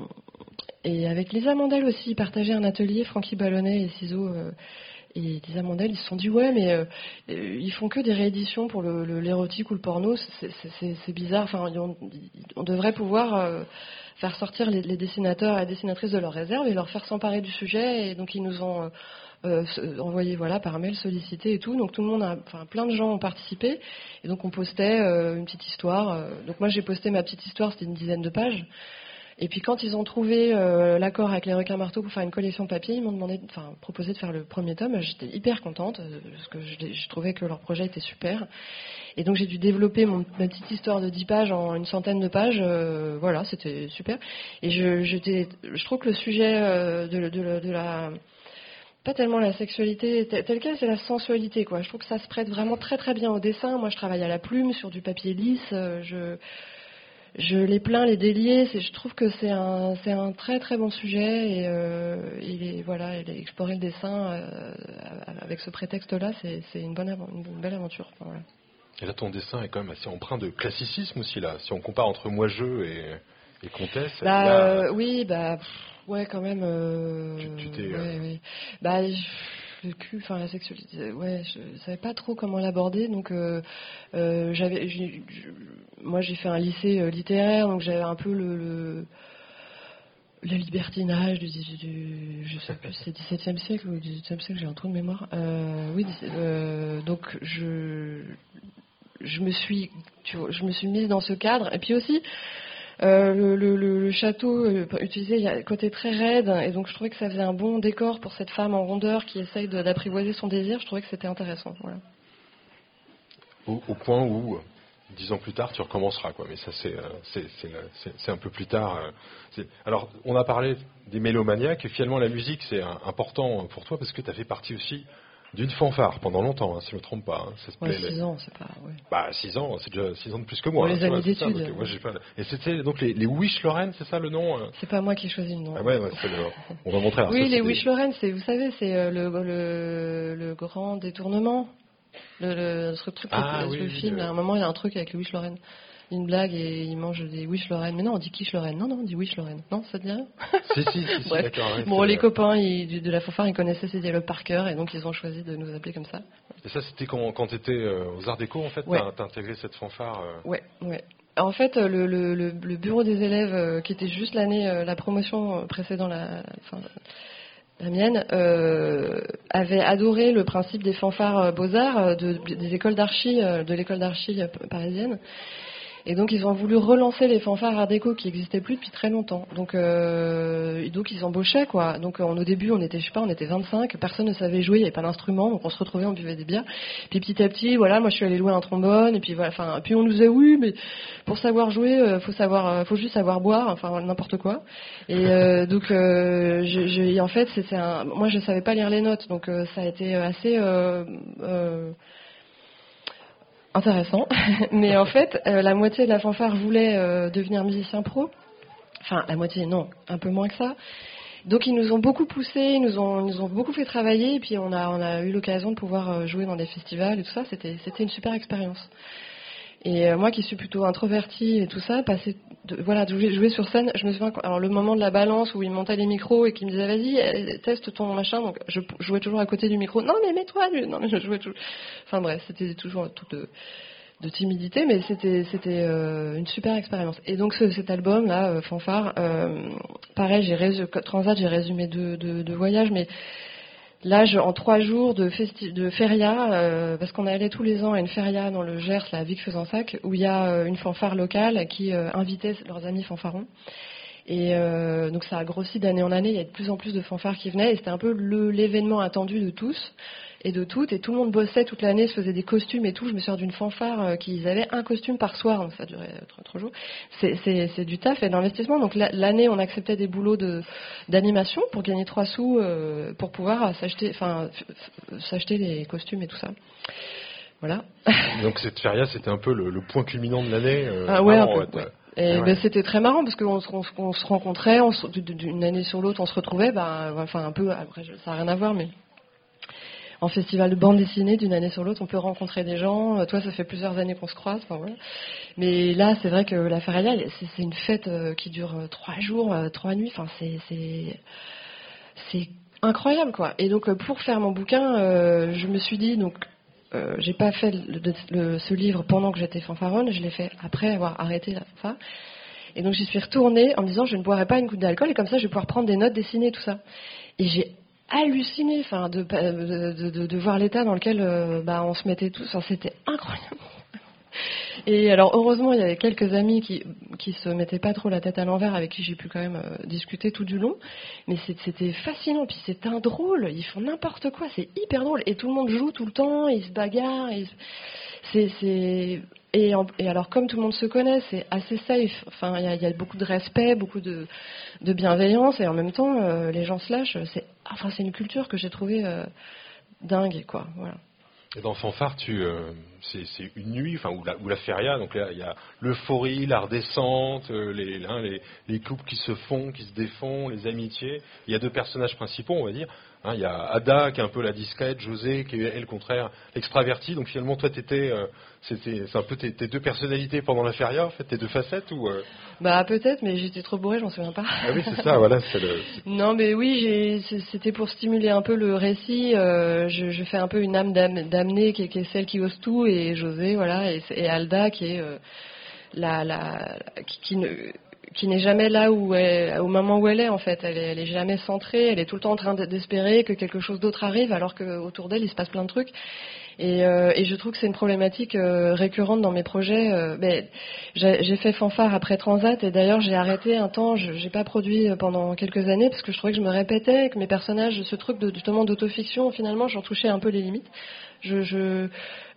et avec Lisa Mandel aussi partageaient un atelier. Francky Ballonnet et Ciseaux. Euh, Et Lisa Mandel, ils se sont dit ouais, mais euh, ils font que des rééditions pour le, le, l'érotique ou le porno, c'est, c'est, c'est bizarre. Enfin, on, on devrait pouvoir euh, faire sortir les, les dessinateurs et les dessinatrices de leurs réserves et leur faire s'emparer du sujet. Et donc ils nous ont euh, euh, envoyé voilà par mail, sollicité et tout. Donc tout le monde, a, enfin plein de gens ont participé. Et donc on postait euh, une petite histoire. Donc moi j'ai posté ma petite histoire, c'était une dizaine de pages. Et puis quand ils ont trouvé euh, l'accord avec les requins marteaux pour faire une collection papier, ils m'ont demandé, enfin proposé de faire le premier tome. J'étais hyper contente euh, parce que je, je trouvais que leur projet était super. Et donc j'ai dû développer mon, ma petite histoire de dix pages en une centaine de pages. Euh, voilà, c'était super. Et je, j'étais, je trouve que le sujet euh, de, de, de la pas tellement la sexualité, tel, tel quel, c'est la sensualité, quoi. Je trouve que ça se prête vraiment très très bien au dessin. Moi, je travaille à la plume sur du papier lisse. Euh, je Je les plains, les déliés. C'est, je trouve que c'est un, c'est un très très bon sujet et euh, il est, voilà, il est explorer le dessin euh, avec ce prétexte-là, c'est, c'est une bonne, av- une belle aventure. Enfin, voilà. Et là, ton dessin est quand même assez empreint de classicisme aussi, là. Si on compare entre Moi Je et, et Comtesse, Bah là, euh, oui, bah pff, ouais, quand même. Euh, tu, tu t'es... ouais, euh, ouais. Bah je- le cul, enfin la sexualité, ouais, je savais pas trop comment l'aborder, donc euh, euh, j'avais, j'ai- je- moi j'ai fait un lycée euh, littéraire, donc j'avais un peu le, le le libertinage du, du, du- je sais plus, c'est dix-septième siècle ou dix-huitième siècle, j'ai un trou de mémoire. Euh, oui, dix- euh, donc je je me suis, tu vois, je me suis mise dans ce cadre, et puis aussi. Euh, le, le, le, le château euh, utilisé, il y a un côté très raide, et donc je trouvais que ça faisait un bon décor pour cette femme en rondeur qui essaye de, d'apprivoiser son désir. Je trouvais que c'était intéressant. Voilà. au, au point où, euh, dix ans plus tard, tu recommenceras, quoi. Mais ça, c'est, euh, c'est, c'est, euh, c'est- c'est un peu plus tard. euh, c'est- Alors, on a parlé des mélomaniaques, et finalement, la musique, c'est un- important pour toi, parce que tu as fait partie aussi d'une fanfare pendant longtemps, hein, si je ne me trompe pas. Hein. Ça se Ouais, plaît, six ans, c'est pas. Ouais. Bah, six ans, c'est déjà six ans de plus que Pour moi. Hein, les tu vois, années c'est ça, d'études. donc, euh, moi, j'ai pas... Et c'était donc les, les Wish Lorraine, c'est ça le nom euh C'est pas moi qui ai choisi le nom. Ah ouais, ouais, c'est le... on va montrer. Alors, Oui, ça, les c'est des- Wish Lorraine, c'est, vous savez, c'est euh, le, le, le grand détournement. Le, le, ce truc, Ah, le, oui, le oui, film, le- à un moment, il y a un truc avec les Wish Lorraine. Une blague et ils mangent des Wish Lorraine. Mais non, on dit quiche Lorraine. Non, non, on dit Wish Lorraine. Non, ça te dit rien? Si, si, si, si, Bref. d'accord. ouais, Bon, c'est les le- copains ils- de la fanfare, ils connaissaient ces dialogues par cœur et donc ils ont choisi de nous appeler comme ça. Et ça, c'était quand, quand tu étais aux Arts Déco, en fait, Ouais. t'as, t'as intégré cette fanfare euh, Ouais, ouais. En fait, le, le, le, le bureau des élèves, euh, qui était juste l'année, euh, la promotion précédant la, enfin, la mienne, euh, avait adoré le principe des fanfares euh, Beaux-Arts euh, de, des écoles d'archi, euh, de l'école d'archi euh, parisienne. Et donc ils ont voulu relancer les fanfares Art déco qui n'existaient plus depuis très longtemps. Donc, euh, et donc ils embauchaient quoi. Donc euh, au début on était, je sais pas, on était vingt-cinq, personne ne savait jouer, il n'y avait pas d'instrument, donc on se retrouvait, on buvait des bières. Puis petit à petit, voilà, moi je suis allée louer un trombone, et puis voilà, enfin, puis on nous disait oui, mais pour savoir jouer, euh, faut savoir, euh, faut juste savoir boire, enfin n'importe quoi. Et euh, donc euh, je, je, en fait c'était un, moi je savais pas lire les notes, donc euh, ça a été assez euh, euh, intéressant, mais en fait, euh, la moitié de la fanfare voulait euh, devenir musicien pro. Enfin, la moitié, non, un peu moins que ça. Donc, ils nous ont beaucoup poussé, ils nous ont, ils nous ont beaucoup fait travailler, et puis on a, on a eu l'occasion de pouvoir euh, jouer dans des festivals et tout ça. C'était, c'était une super expérience. Et euh, moi, qui suis plutôt introvertie et tout ça, passer, de, voilà, de jouer, jouer sur scène. Je me souviens, alors le moment de la balance où ils montaient les micros et qu'ils me disaient vas-y, euh, teste ton machin. Donc, je jouais toujours à côté du micro. Non, mais mets-toi, lui. Non, mais je jouais toujours. Enfin bref, c'était toujours un truc de, de timidité, mais c'était, c'était euh, une super expérience. Et donc, ce, cet album là, euh, Fanfare, euh, pareil, j'ai résumé, Transat, j'ai résumé deux, deux, deux voyages, mais là, je, en trois jours de, festi- de feria, euh, parce qu'on allait tous les ans à une feria dans le Gers, la Vic-Fezensac, où il y a euh, une fanfare locale qui euh, invitait leurs amis fanfarons. Et euh, donc ça a grossi d'année en année, il y a de plus en plus de fanfares qui venaient, et c'était un peu le, l'événement attendu de tous et de toutes, et tout le monde bossait toute l'année, se faisait des costumes et tout. Je me souviens d'une fanfare euh, qui ils avaient un costume par soir, donc ça durait trois, trois jours. C'est, c'est, c'est du taf et de l'investissement. Donc la, l'année, on acceptait des boulots de, d'animation pour gagner trois sous, euh, pour pouvoir s'acheter, enfin, f- f- s'acheter les costumes et tout ça. Voilà. Donc cette feria, c'était un peu le, le point culminant de l'année. euh, Ah ouais, vraiment, un peu. ouais, Ouais. t'as- Et ah ouais. ben, c'était très marrant parce qu'on se, on, se- on se rencontrait, on se- d'une année sur l'autre, on se retrouvait. Bah, enfin un peu. Après, je- ça n'a rien à voir, mais en festival de bande dessinée, d'une année sur l'autre, on peut rencontrer des gens. Euh, Toi, ça fait plusieurs années qu'on se croise. Enfin, voilà. Mais là, c'est vrai que la feria, c'est, c'est une fête euh, qui dure euh, trois jours, euh, trois nuits. Enfin, c'est, c'est, c'est incroyable, quoi. Et donc, euh, pour faire mon bouquin, euh, je me suis dit donc. Euh, j'ai pas fait le, le, ce livre pendant que j'étais fanfaronne, je l'ai fait après avoir arrêté la fanfare. Et donc j'y suis retournée en me disant je ne boirai pas une goutte d'alcool et comme ça je vais pouvoir prendre des notes dessinées tout ça. Et j'ai halluciné, enfin de, de, de, de voir l'état dans lequel euh, bah, on se mettait tous. Enfin, c'était incroyable. Et alors heureusement il y avait quelques amis qui qui se mettaient pas trop la tête à l'envers, avec qui j'ai pu quand même euh, discuter tout du long. Mais c'était fascinant, puis c'est un drôle, ils font n'importe quoi, c'est hyper drôle et tout le monde joue tout le temps, ils se bagarrent, ils... c'est c'est et, en... et alors comme tout le monde se connaît, c'est assez safe. Enfin il y a, y a beaucoup de respect, beaucoup de de bienveillance et en même temps euh, les gens se lâchent. C'est enfin c'est une culture que j'ai trouvée euh, dingue quoi. Voilà. Et dans Fanfare, tu, euh, c'est, c'est une nuit, enfin, ou la, ou la feria, donc là, il y a l'euphorie, la redescente, euh, les, hein, les, les couples qui se font, qui se défont, les amitiés. Il y a deux personnages principaux, on va dire. Hein, il y a Ada, qui est un peu la discrète, José, qui est, elle, au contraire, l'extravertie. Donc finalement, toi, t'étais, euh, c'était, c'est un peu tes, tes deux personnalités pendant la feria, en fait, tes deux facettes, ou euh... Bah peut-être, mais j'étais trop bourrée, j'en souviens pas. Ah oui, c'est ça, voilà. C'est le... Non, mais oui, j'ai, c'était pour stimuler un peu le récit. Euh, je, je fais un peu une âme damnée qui est, qui est celle qui ose tout, et José, voilà, et, et Alda qui est euh, la, la, qui, qui ne qui n'est jamais là où elle, au moment où elle est en fait. Elle est, elle est jamais centrée. Elle est tout le temps en train d'espérer que quelque chose d'autre arrive, alors qu'autour d'elle il se passe plein de trucs. Et, euh, et je trouve que c'est une problématique euh, récurrente dans mes projets. Euh, mais j'ai, j'ai fait Fanfare après Transat et d'ailleurs j'ai arrêté un temps. Je, j'ai pas produit pendant quelques années parce que je trouvais que je me répétais, que mes personnages, ce truc de, justement d'autofiction, finalement j'en touchais un peu les limites. Je, je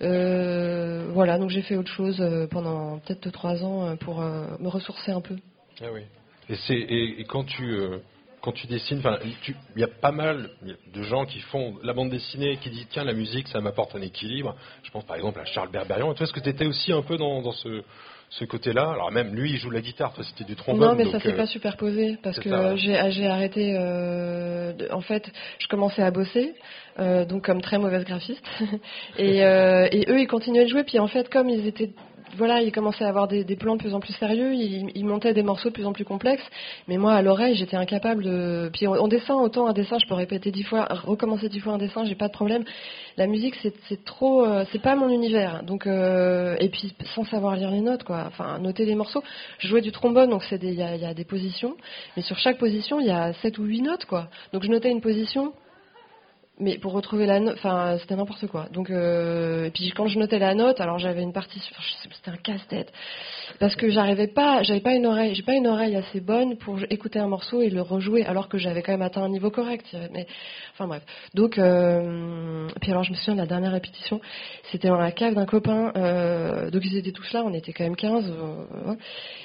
euh, voilà, donc j'ai fait autre chose pendant peut-être deux trois ans pour euh, me ressourcer un peu. Ah oui. Et, c'est, et, et quand tu euh, quand tu dessines, enfin, il y a pas mal de gens qui font la bande dessinée et qui disent tiens la musique ça m'apporte un équilibre. Je pense par exemple à Charles Berberian. Et toi, est-ce que tu étais aussi un peu dans, dans ce ce côté-là? Alors même lui il joue de la guitare, toi c'était du trombone. Non mais donc, ça s'est euh, pas superposé parce que ça, ouais. j'ai, j'ai arrêté. Euh, de, en fait, je commençais à bosser, euh, donc comme très mauvaise graphiste, et, euh, et eux ils continuaient de jouer. Puis en fait comme ils étaient voilà, ils commençaient à avoir des, des plans de plus en plus sérieux, ils, ils montaient des morceaux de plus en plus complexes, mais moi à l'oreille j'étais incapable de... Puis en, en dessin, autant un dessin je peux répéter dix fois, recommencer dix fois un dessin, j'ai pas de problème. La musique c'est, c'est trop, euh, c'est pas mon univers, donc euh, et puis sans savoir lire les notes quoi, enfin noter les morceaux. Je jouais du trombone donc c'est des, il y a, y a des positions, mais sur chaque position il y a sept ou huit notes quoi, donc je notais une position. Mais pour retrouver la note, enfin, c'était n'importe quoi. Donc, euh, et puis quand je notais la note, alors j'avais une partie, enfin, c'était un casse-tête, parce que j'arrivais pas, j'avais pas une oreille, j'ai pas une oreille assez bonne pour écouter un morceau et le rejouer, alors que j'avais quand même atteint un niveau correct. Mais, enfin bref. Donc, euh, puis alors je me souviens de la dernière répétition, c'était dans la cave d'un copain. Euh, donc ils étaient tous là, on était quand même quinze. Euh, ouais.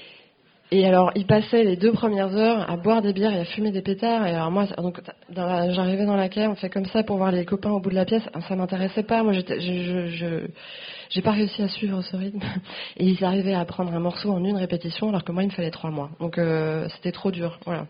Et alors, ils passaient les deux premières heures à boire des bières et à fumer des pétards. Et alors moi, donc, dans la, j'arrivais dans la cave, on fait comme ça pour voir les copains au bout de la pièce. Ça m'intéressait pas. Moi, j'étais, je, je, je, j'ai pas réussi à suivre ce rythme. Et ils arrivaient à prendre un morceau en une répétition, alors que moi, il me fallait trois mois. Donc, euh, c'était trop dur. Voilà.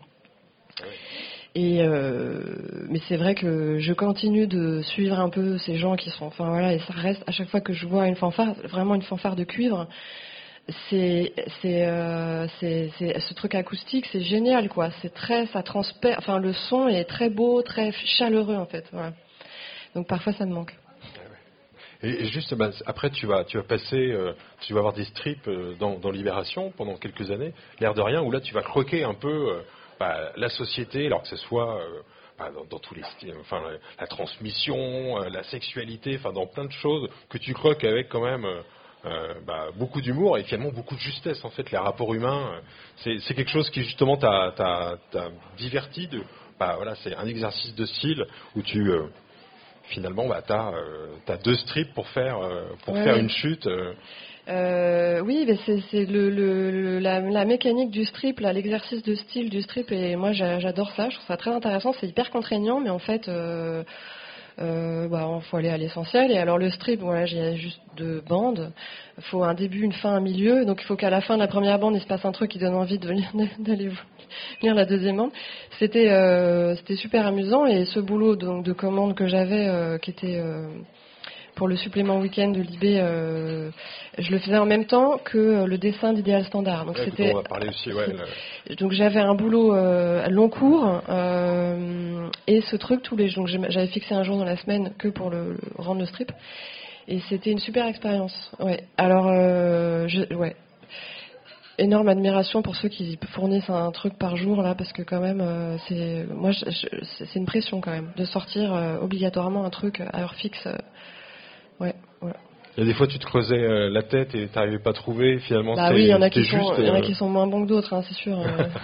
Et euh, mais c'est vrai que je continue de suivre un peu ces gens qui sont, enfin voilà, et ça reste à chaque fois que je vois une fanfare, vraiment une fanfare de cuivre. C'est, c'est, euh, c'est, c'est, ce truc acoustique, c'est génial, quoi. C'est très, ça transpère. Enfin, le son est très beau, très chaleureux, en fait. Voilà. Donc parfois, ça me manque. Et, et juste, ben, après, tu vas, tu vas passer, euh, tu vas avoir des strips euh, dans, dans Libération pendant quelques années, l'air de rien, où là, tu vas croquer un peu euh, bah, la société, alors que ce soit euh, bah, dans, dans tous les styles, enfin, la, la transmission, euh, la sexualité, enfin, dans plein de choses que tu croques avec quand même. Euh, Euh, bah, beaucoup d'humour et finalement beaucoup de justesse en fait. Les rapports humains, c'est, c'est quelque chose qui justement t'a, t'a, t'a diverti de, bah, voilà, c'est un exercice de style où tu euh, finalement bah, t'as, euh, t'as deux strips pour faire euh, pour ouais, faire ouais. une chute euh. Euh, oui, mais c'est, c'est le, le, le, la, la mécanique du strip, là, l'exercice de style du strip, et moi j'adore ça, je trouve ça très intéressant, c'est hyper contraignant, mais en fait euh, Euh, bah, faut aller à l'essentiel. Et alors le strip, voilà, j'ai juste deux bandes. Il faut un début, une fin, un milieu. Donc il faut qu'à la fin de la première bande, il se passe un truc qui donne envie de venir, d'aller lire la deuxième bande. C'était, euh, c'était super amusant. Et ce boulot donc de commande que j'avais, euh, qui était euh, pour le supplément week-end de Libé, euh, je le faisais en même temps que le dessin d'Idéal Standard. Donc ouais, c'était. On va parler aussi, ouais, le... Donc j'avais un boulot euh, long cours euh, et ce truc tous les jours. Donc j'avais fixé un jour dans la semaine que pour le, le rendre le strip. Et c'était une super expérience. Ouais. Alors, euh, je, ouais. Énorme admiration pour ceux qui fournissent un truc par jour là, parce que quand même, euh, c'est, moi, je, je, c'est une pression quand même de sortir euh, obligatoirement un truc à heure fixe. Euh, ouais, voilà. Il y a des fois, tu te creusais euh, la tête et t'arrivais pas à trouver. Finalement, bah oui, il y en a qui juste, sont, il y en a qui sont moins bons que d'autres, hein, c'est sûr.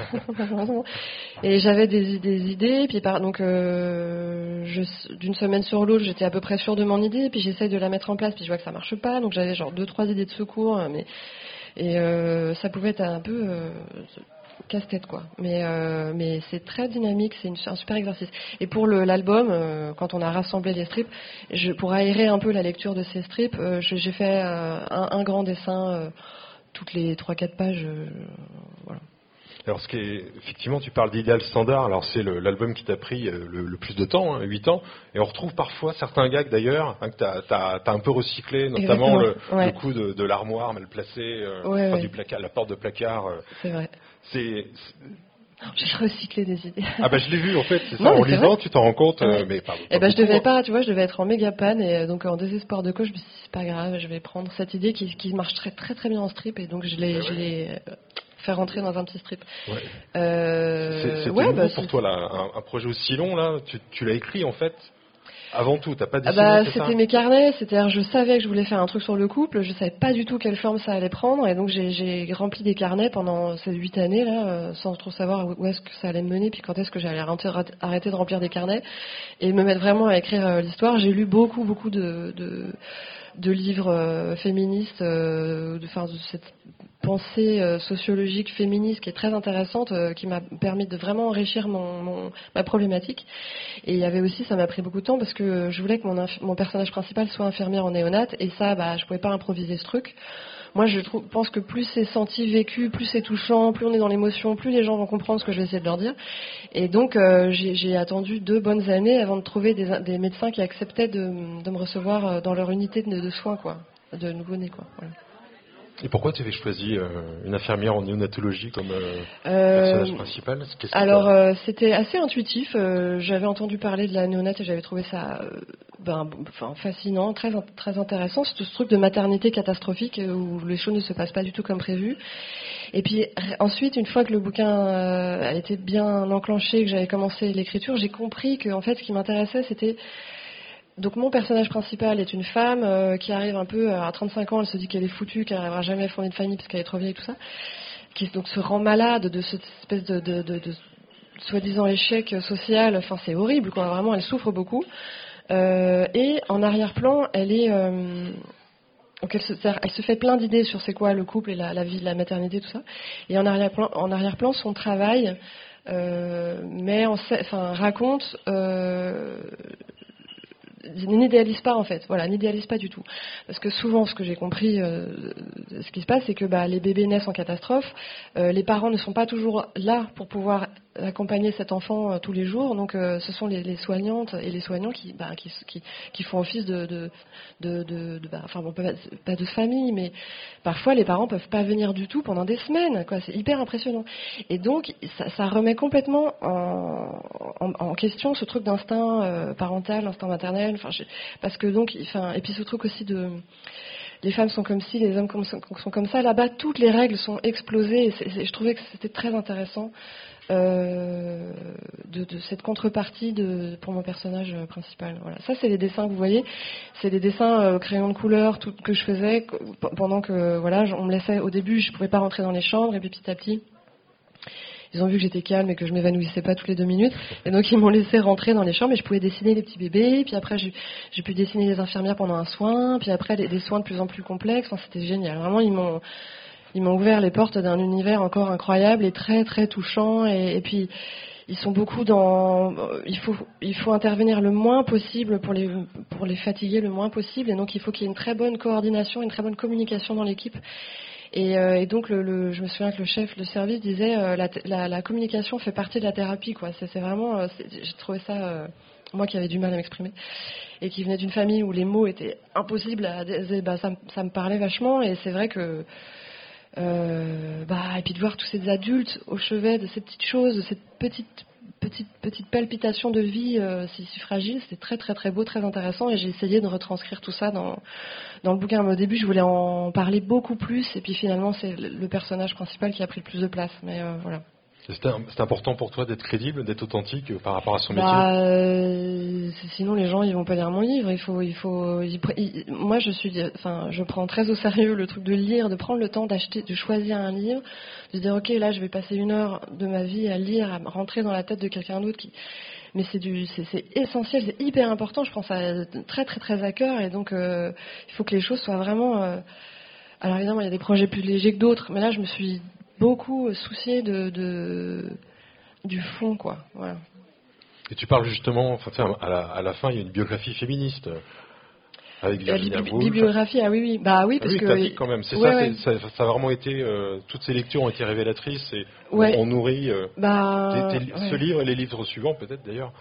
Et j'avais des, des idées, puis par, donc euh, je, d'une semaine sur l'autre, j'étais à peu près sûre de mon idée, puis j'essaye de la mettre en place, puis je vois que ça marche pas, donc j'avais genre deux trois idées de secours, mais et euh, ça pouvait être un peu euh, casse-tête quoi. Mais euh, mais c'est très dynamique, c'est une, un super exercice. Et pour le, l'album, euh, quand on a rassemblé les strips, je, pour aérer un peu la lecture de ces strips, euh, je, j'ai fait euh, un, un grand dessin euh, toutes les trois quatre pages. Euh, voilà. Alors, ce qui est, effectivement, tu parles d'idéal standard. Alors, c'est le, l'album qui t'a pris euh, le, le plus de temps, hein, huit ans. Et on retrouve parfois certains gags d'ailleurs hein, que t'as, t'as, t'as un peu recyclé, notamment le, ouais. le coup de, de l'armoire mal placée, euh, ouais, enfin, ouais. du placard, la porte de placard. Euh, c'est vrai. C'est, c'est... J'ai recyclé des idées. Ah bah je l'ai vu en fait, c'est ça. Non, en lisant, vrai. tu t'en rends compte. Ouais. Euh, mais pardon. Eh ben je devais pas, tu vois, je devais être en méga panne et donc en désespoir de cause, je me suis dit c'est pas grave, je vais prendre cette idée qui, qui marche très très très bien en strip et donc je l'ai, ouais, je l'ai fait rentrer dans un petit strip. Ouais. Euh, c'est, c'était ouais, nouveau bah, pour c'est... toi là, un, un projet aussi long là. Tu, tu l'as écrit en fait. Avant tout, t'as pas dessiné, ah bah, c'est c'était ça mes carnets, c'est-à-dire je savais que je voulais faire un truc sur le couple, je savais pas du tout quelle forme ça allait prendre, et donc j'ai, j'ai rempli des carnets pendant ces huit années là, euh, sans trop savoir où est-ce que ça allait me mener, puis quand est-ce que j'allais arrêter de remplir des carnets et me mettre vraiment à écrire euh, l'histoire. J'ai lu beaucoup beaucoup de de, de livres euh, féministes, euh, de, enfin, de cette pensée euh, sociologique féministe qui est très intéressante, euh, qui m'a permis de vraiment enrichir mon, mon ma problématique. Et il y avait aussi, ça m'a pris beaucoup de temps parce que je voulais que mon, inf- mon personnage principal soit infirmière en néonat, et ça, bah, je pouvais pas improviser ce truc. Moi, je trouve, pense que plus c'est senti, vécu, plus c'est touchant, plus on est dans l'émotion, plus les gens vont comprendre ce que je vais essayer de leur dire. Et donc, euh, j'ai, j'ai attendu deux bonnes années avant de trouver des, des médecins qui acceptaient de, de me recevoir dans leur unité de, de soins, quoi, de nouveau-né, quoi. Voilà. Et pourquoi tu avais choisi euh, une infirmière en néonatologie comme euh, euh, personnage principal? Qu'est-ce Alors, euh, c'était assez intuitif. Euh, j'avais entendu parler de la néonate et j'avais trouvé ça euh, ben, enfin, fascinant, très, très intéressant. C'est tout ce truc de maternité catastrophique où les choses ne se passent pas du tout comme prévu. Et puis ensuite, une fois que le bouquin euh, a été bien enclenché, que j'avais commencé l'écriture, j'ai compris que en fait, ce qui m'intéressait, c'était... Donc mon personnage principal est une femme euh, qui arrive un peu à trente-cinq ans, elle se dit qu'elle est foutue, qu'elle n'arrivera jamais à fonder de famille parce qu'elle est trop vieille et tout ça, qui donc se rend malade de cette espèce de, de, de, de soi-disant échec social. Enfin, c'est horrible, quoi. Vraiment, elle souffre beaucoup. Euh, et en arrière-plan, elle est, euh, donc elle se, elle se fait plein d'idées sur c'est quoi le couple et la, la vie, la maternité, tout ça. Et en arrière-plan, en arrière-plan, son travail, euh, mais en, enfin, raconte. Euh, n'idéalise pas en fait, voilà, n'idéalise pas du tout. Parce que souvent, ce que j'ai compris, euh, ce qui se passe, c'est que bah, les bébés naissent en catastrophe, euh, les parents ne sont pas toujours là pour pouvoir accompagner cet enfant euh, tous les jours, donc euh, ce sont les, les soignantes et les soignants qui, bah, qui, qui, qui font office de, de, de, de, de bah, enfin bon, pas, pas de famille, mais parfois les parents peuvent pas venir du tout pendant des semaines, quoi. C'est hyper impressionnant. Et donc, ça, ça remet complètement en, en, en question ce truc d'instinct euh, parental, l'instinct maternel. Enfin, je, parce que donc, enfin, et puis ce truc aussi de, les femmes sont comme ci, les hommes comme, sont comme ça. Là-bas, toutes les règles sont explosées. Et c'est, c'est, je trouvais que c'était très intéressant euh, de, de cette contrepartie de, pour mon personnage principal. Voilà. Ça, c'est les dessins que vous voyez. C'est des dessins euh, crayons de couleur tout, que je faisais pendant que, voilà, on me laissait. Au début, je pouvais pas rentrer dans les chambres, et puis petit à petit. Ils ont vu que j'étais calme et que je m'évanouissais pas toutes les deux minutes. Et donc, ils m'ont laissé rentrer dans les chambres et je pouvais dessiner les petits bébés. Puis après, j'ai, j'ai pu dessiner les infirmières pendant un soin. Puis après, des, des soins de plus en plus complexes. Enfin, c'était génial. Vraiment, ils m'ont, ils m'ont ouvert les portes d'un univers encore incroyable et très, très touchant. Et, et puis, ils sont beaucoup dans... Il faut, il faut intervenir le moins possible pour les, pour les fatiguer le moins possible. Et donc, il faut qu'il y ait une très bonne coordination, une très bonne communication dans l'équipe. Et, euh, et donc, le, le, je me souviens que le chef de service disait euh, la, la, la communication fait partie de la thérapie, quoi. C'est, c'est vraiment, euh, c'est, j'ai trouvé ça, euh, moi qui avais du mal à m'exprimer et qui venait d'une famille où les mots étaient impossibles à, bah, ça, ça me parlait vachement. Et c'est vrai que, euh, bah, et puis de voir tous ces adultes au chevet de ces petites choses, de cette petite petite petite palpitation de vie euh, si, si fragile, c'était très très très beau, très intéressant, et j'ai essayé de retranscrire tout ça dans dans le bouquin. Mais au début, je voulais en parler beaucoup plus, et puis finalement, c'est le personnage principal qui a pris le plus de place. Mais euh, voilà. C'est, un, c'est important pour toi d'être crédible, d'être authentique euh, par rapport à son métier. Bah, euh, sinon les gens ils vont pas lire mon livre. Il faut, il faut. il- il- moi je suis, enfin, je prends très au sérieux le truc de lire, de prendre le temps d'acheter, de choisir un livre, de se dire ok là je vais passer une heure de ma vie à lire, à rentrer dans la tête de quelqu'un d'autre qui. Mais c'est du, c'est, c'est essentiel, c'est hyper important. Je prends ça très très très à cœur et donc euh, il faut que les choses soient vraiment. Euh, alors évidemment il y a des projets plus légers que d'autres, mais là je me suis beaucoup souciée de, de du fond quoi. Voilà. Et tu parles justement, enfin, tiens, à, la, à la fin, il y a une biographie féministe euh, avec La Virginia bibli- Woolf. Bibliographie, ah oui, oui, bah oui, Ah parce oui, que. t'as dit quand même. C'est ouais, ça, ouais. c'est- ça, ça a vraiment été. Euh, toutes ces lectures ont été révélatrices et Ouais. on, on nourrit euh, Bah, tes- tes- ouais. ce livre et les livres suivants, peut-être d'ailleurs.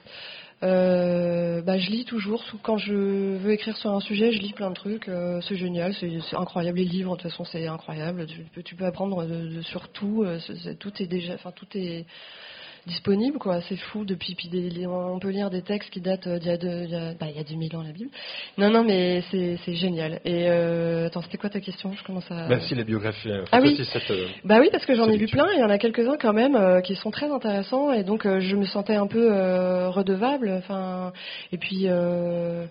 Euh, bah, je lis toujours. sous- Quand je veux écrire sur un sujet, je lis plein de trucs. euh, c'est génial, c'est, c'est incroyable. Les livres, de toute façon, c'est incroyable. Tu peux, tu peux apprendre de, de- sur tout. euh, c'est- c'est- tout est déjà, enfin, tout est disponible, quoi. C'est fou. Depuis, puis des- les- on peut lire des textes qui datent euh, d'il y a, deux- il y a, bah, il y a dix mille ans, la Bible. Non, non, mais c'est, c'est génial. Et euh, attends, c'était quoi ta question? Je commence à. Même si la biographie. euh, Ah toi oui. aussi, cette, euh, Bah oui, parce que j'en cette ai vu lecture. plein, et il y en a quelques-uns quand même euh, qui sont très intéressants, et donc euh, je me sentais un peu euh, redevable. Enfin, et puis, euh,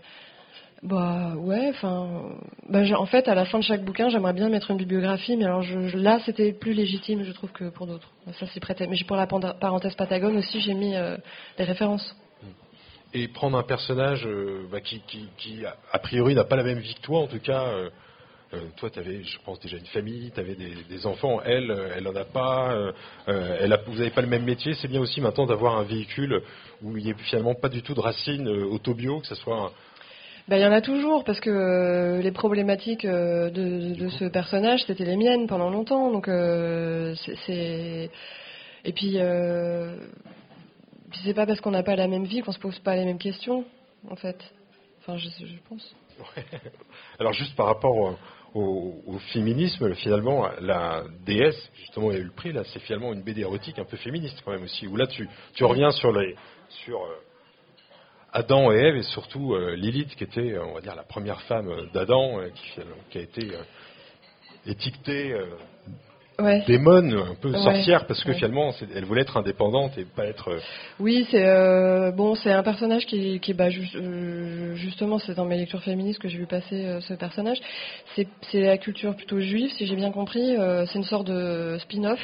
bah ouais, enfin, bah, j'ai- en fait, à la fin de chaque bouquin, j'aimerais bien mettre une bibliographie, mais alors je, je- là, c'était plus légitime, je trouve, que pour d'autres. Ça s'y prêtait. Mais j'ai- pour la panda- parenthèse Patagone aussi, j'ai mis euh, des références. Et prendre un personnage euh, bah, qui, qui, qui, a- a priori, n'a pas la même vie que toi, en tout cas. Euh, euh, toi, tu avais, je pense, déjà une famille, tu avais des, des enfants. Elle, euh, elle en a pas. Euh, euh, elle a, vous n'avez pas le même métier. C'est bien aussi maintenant d'avoir un véhicule où il n'y a finalement pas du tout de racines euh, autobio, que ce soit. Un, Ben, il y en a toujours, parce que euh, les problématiques euh, de, de ce personnage, c'était les miennes pendant longtemps. Donc, euh, c'est, c'est... Et puis, euh... puis, c'est pas parce qu'on n'a pas la même vie qu'on se pose pas les mêmes questions, en fait. Enfin, je, je pense. Ouais. Alors, juste par rapport au, au, au féminisme, finalement, la déesse, justement, il y a eu le prix, là, c'est finalement une B D érotique un peu féministe, quand même, aussi. Où là, tu, tu reviens sur les. Sur, euh, Adam et Ève, et surtout euh, Lilith, qui était, euh, on va dire, la première femme euh, d'Adam, euh, qui, qui a été euh, étiquetée euh, Ouais. démone, un peu Ouais. sorcière, parce que Ouais. finalement, c'est- elle voulait être indépendante et pas être. euh, Oui, c'est euh, bon, c'est un personnage qui, qui bah, ju- euh, justement, c'est dans mes lectures féministes que j'ai vu passer euh, ce personnage. C'est, c'est la culture plutôt juive, si j'ai bien compris. euh, c'est une sorte de spin-off.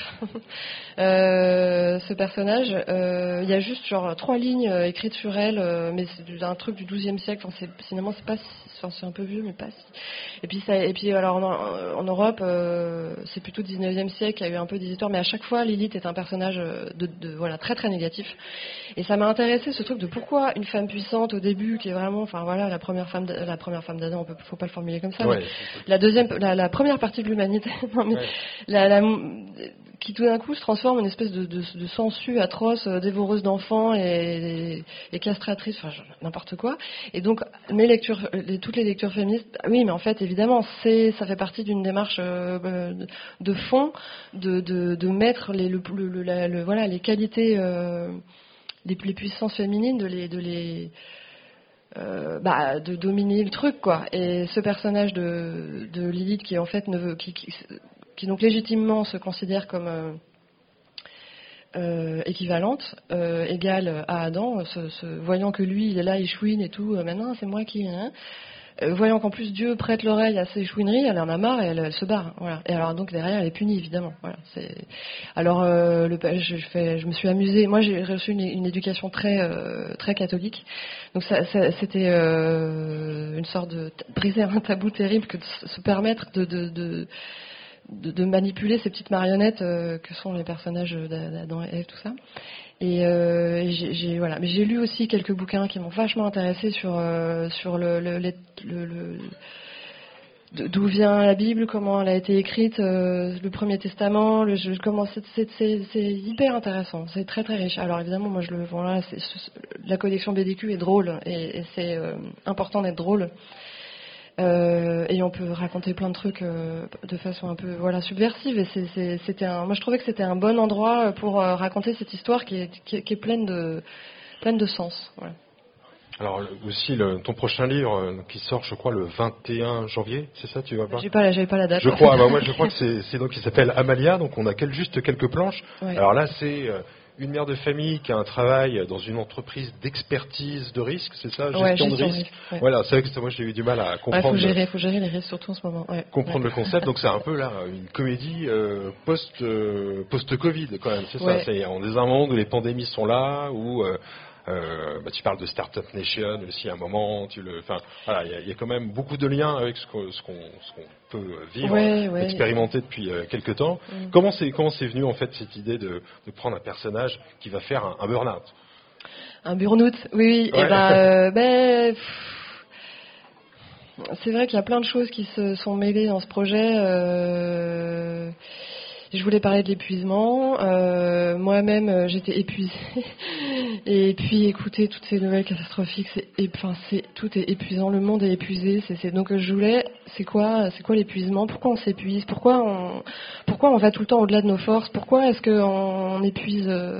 euh, ce personnage, euh, il y a juste genre trois lignes euh, écrites sur elle, euh, mais c'est un truc du douzième siècle. Enfin, c'est, finalement, c'est pas, si, enfin, c'est un peu vieux, mais pas si. Et puis ça, et puis alors en, en Europe, euh, c'est plutôt dix-neuvième siècle, il y a eu un peu des histoires, mais à chaque fois, Lilith est un personnage de, de voilà très très négatif. Et ça m'a intéressé ce truc de pourquoi une femme puissante au début, qui est vraiment, enfin voilà, la première femme, d- la première femme d'Adam, on peut, faut pas le formuler comme ça. ouais, mais la deuxième, la, la première partie de l'humanité, non, mais ouais. la, la, qui tout d'un coup se transforme en une espèce de, de, de sangsue atroce, euh, dévoreuse d'enfants et, et castratrice, enfin n'importe quoi. Et donc mes lectures, les, toutes les lectures féministes, oui, mais en fait évidemment, c'est, ça fait partie d'une démarche euh, de, de fond, de, de, de mettre les, le, le, la, le, voilà, les qualités, euh, les, les puissances féminines, de les, de les Euh, bah, de dominer le truc, quoi. Et ce personnage de, de Lilith qui en fait ne veut, qui, qui, qui donc légitimement se considère comme euh, euh, équivalente, euh, égale à Adam, se, se, voyant que lui il est là, il chouine et tout, euh, maintenant c'est moi qui, hein, euh, voyant qu'en plus Dieu prête l'oreille à ses chouineries, elle en a marre et elle, elle se barre. Voilà. Et alors donc derrière elle est punie évidemment. Voilà. C'est... Alors euh, le, je, je, fais, je me suis amusée. Moi j'ai reçu une, une éducation très euh, très catholique. Donc ça, ça, c'était euh, une sorte de briser un tabou terrible que de se permettre de, de, de, de, de manipuler ces petites marionnettes euh, que sont les personnages d'Adam et Ève, tout ça. Et, euh, et j'ai, j'ai, voilà. Mais j'ai lu aussi quelques bouquins qui m'ont vachement intéressée sur, euh, sur le, le, le, le, le d'où vient la Bible, comment elle a été écrite, euh, le Premier Testament, le, je, comment c'est, c'est, c'est, c'est hyper intéressant, c'est très très riche. Alors évidemment, moi je le voilà, c'est, c'est, la collection B D Q est drôle et, et c'est euh, important d'être drôle. Euh, et on peut raconter plein de trucs euh, de façon un peu voilà subversive. Et c'est, c'est, c'était un, moi je trouvais que c'était un bon endroit pour euh, raconter cette histoire qui est, qui est, qui est pleine de pleine de sens. Voilà. Alors le- aussi le, ton prochain livre euh, qui sort, je crois, le vingt et un janvier, c'est ça, tu vas pas? J'ai pas, la- j'avais pas la date. Je crois, bah moi je crois que c'est, c'est donc il s'appelle Amalia, donc on a quel- juste quelques planches. Ouais. Alors là c'est euh, une mère de famille qui a un travail dans une entreprise d'expertise de risque, c'est ça, gestion, Ouais, de gestion de risque. risque, ouais. Voilà, c'est vrai que ça, moi j'ai eu du mal à Ouais, comprendre. faut gérer, faut gérer les risques surtout en ce moment. Ouais. comprendre Ouais. le concept, donc c'est un peu là une comédie euh, post euh, post Covid quand même, c'est Ouais. ça. C'est on est dans un monde où les pandémies sont là, où euh, euh, bah, tu parles de Startup Nation aussi à un moment, tu le, enfin voilà, il y a, il y a quand même beaucoup de liens avec ce qu'on ce qu'on, ce qu'on peut vivre, Ouais, ouais. expérimenter depuis euh, quelques temps. Mm. Comment c'est comment c'est venu en fait cette idée de, de prendre un personnage qui va faire un, un burn-out? Un burn-out, oui, oui. Ouais. Et ben, euh, ben, pff, c'est vrai qu'il y a plein de choses qui se sont mêlées dans ce projet. Euh, je voulais parler de l'épuisement. Euh, moi-même, euh, j'étais épuisée. Et puis, écouter toutes ces nouvelles catastrophiques, c'est, ép- enfin, c'est, tout est épuisant. Le monde est épuisé. C'est, c'est, donc, je voulais, c'est quoi, c'est quoi l'épuisement? Pourquoi on s'épuise? Pourquoi on, pourquoi on va tout le temps au-delà de nos forces? Pourquoi est-ce qu'on on épuise euh,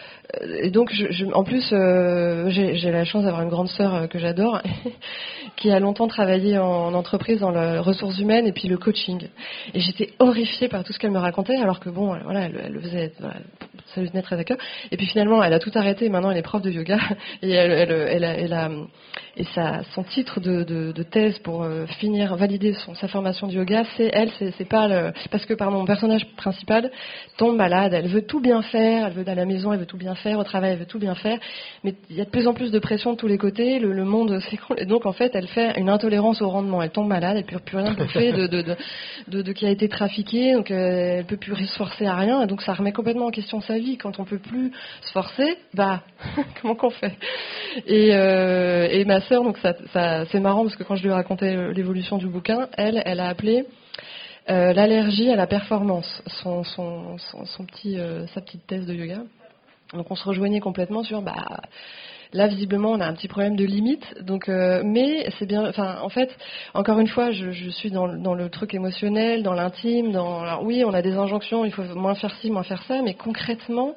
Et donc, je, je, en plus, euh, j'ai, j'ai la chance d'avoir une grande sœur euh, que j'adore, qui a longtemps travaillé en, en entreprise dans les ressources humaines et puis le coaching. Et j'étais horrifiée par tout ce qu'elle me racontait, alors que bon, voilà, elle, elle le faisait, voilà, ça lui tenait très à cœur. Et puis finalement, elle a tout arrêté. Maintenant, elle est prof de yoga et elle, elle, elle, a, elle a, et sa, son titre de, de, de thèse pour euh, finir, valider son, sa formation de yoga, c'est elle, c'est, c'est pas le, parce que pardon, mon personnage principal tombe malade. Elle veut tout bien faire, elle veut à la maison, elle veut tout bien faire, au travail, elle veut tout bien faire, mais il y a de plus en plus de pression de tous les côtés. Le, le monde s'écroule et donc en fait, elle fait une intolérance au rendement. Elle tombe malade, elle peut plus rien bouffer de, de, de, de, de qui a été trafiqué, donc euh, elle peut plus se forcer à rien. Et donc ça remet complètement en question sa vie. Quand on peut plus se forcer, bah comment qu'on fait? Et, euh, et ma sœur, donc ça, ça, c'est marrant parce que quand je lui ai raconté l'évolution du bouquin, elle, elle a appelé euh, l'allergie à la performance, son, son, son, son petit, euh, sa petite thèse de yoga. Donc on se rejoignait complètement sur, bah là visiblement on a un petit problème de limite. Donc, euh, mais c'est bien. Enfin, en fait, encore une fois, je, je suis dans, dans le truc émotionnel, dans l'intime. Dans, alors oui, on a des injonctions, il faut moins faire ci, moins faire ça, mais concrètement,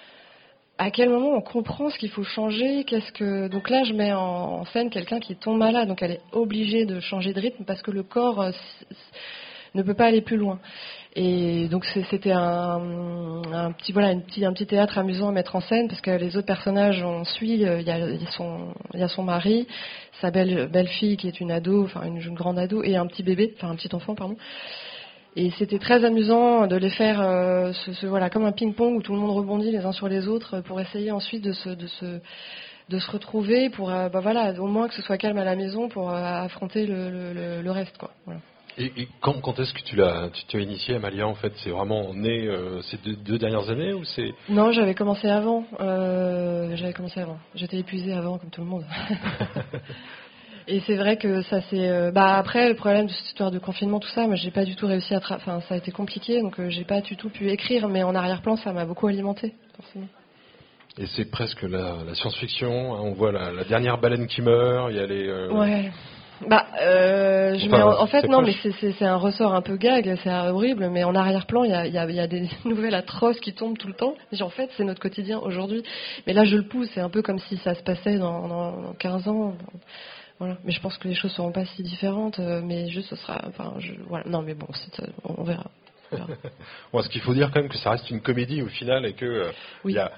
à quel moment on comprend ce qu'il faut changer? Qu'est-ce que donc là je mets en, en scène quelqu'un qui tombe malade, donc elle est obligée de changer de rythme parce que le corps euh, s- s- ne peut pas aller plus loin. Et donc c'est- c'était un, un petit voilà une petit, un petit théâtre amusant à mettre en scène parce que les autres personnages on suit. euh, Il y a, il y a son il y a son mari, sa belle belle fille qui est une ado, enfin une, une grande ado et un petit bébé, enfin un petit enfant pardon. Et c'était très amusant de les faire, euh, ce, ce- voilà, comme un ping-pong où tout le monde rebondit les uns sur les autres pour essayer ensuite de se, de se, de se retrouver, pour, euh, bah voilà, au moins que ce soit calme à la maison pour euh, affronter le, le, le, le reste, quoi. Voilà. Et, et quand, quand est-ce que tu l'as, tu t'es initié, Amalia, en fait? C'est vraiment né euh, ces deux, deux dernières années ou c'est... Non, j'avais commencé avant. Euh, j'avais commencé avant. J'étais épuisée avant, comme tout le monde. Et c'est vrai que ça c'est. Euh, bah après le problème de cette histoire de confinement, tout ça, moi j'ai pas du tout réussi à. Tra- enfin, ça a été compliqué, donc euh, j'ai pas du tout pu écrire, mais en arrière-plan, ça m'a beaucoup alimenté, forcément. Et c'est presque la, la science-fiction, hein, on voit la, la dernière baleine qui meurt, il y a les... euh, Ouais. Bah, euh, je Enfin, mets en, en fait c'est non, proche. mais c'est, c'est, c'est un ressort un peu gag, c'est horrible, mais en arrière-plan, il y a, il y, a, il y a des nouvelles atroces qui tombent tout le temps. Et en fait, c'est notre quotidien aujourd'hui. Mais là, je le pousse, c'est un peu comme si ça se passait dans, dans quinze ans. Voilà. Mais je pense que les choses seront pas si différentes, euh, mais juste ce sera, enfin, je, voilà. Non, mais bon, c'est, on, on verra. On verra. Bon, ce qu'il faut dire quand même que ça reste une comédie au final et que euh, Oui. il y a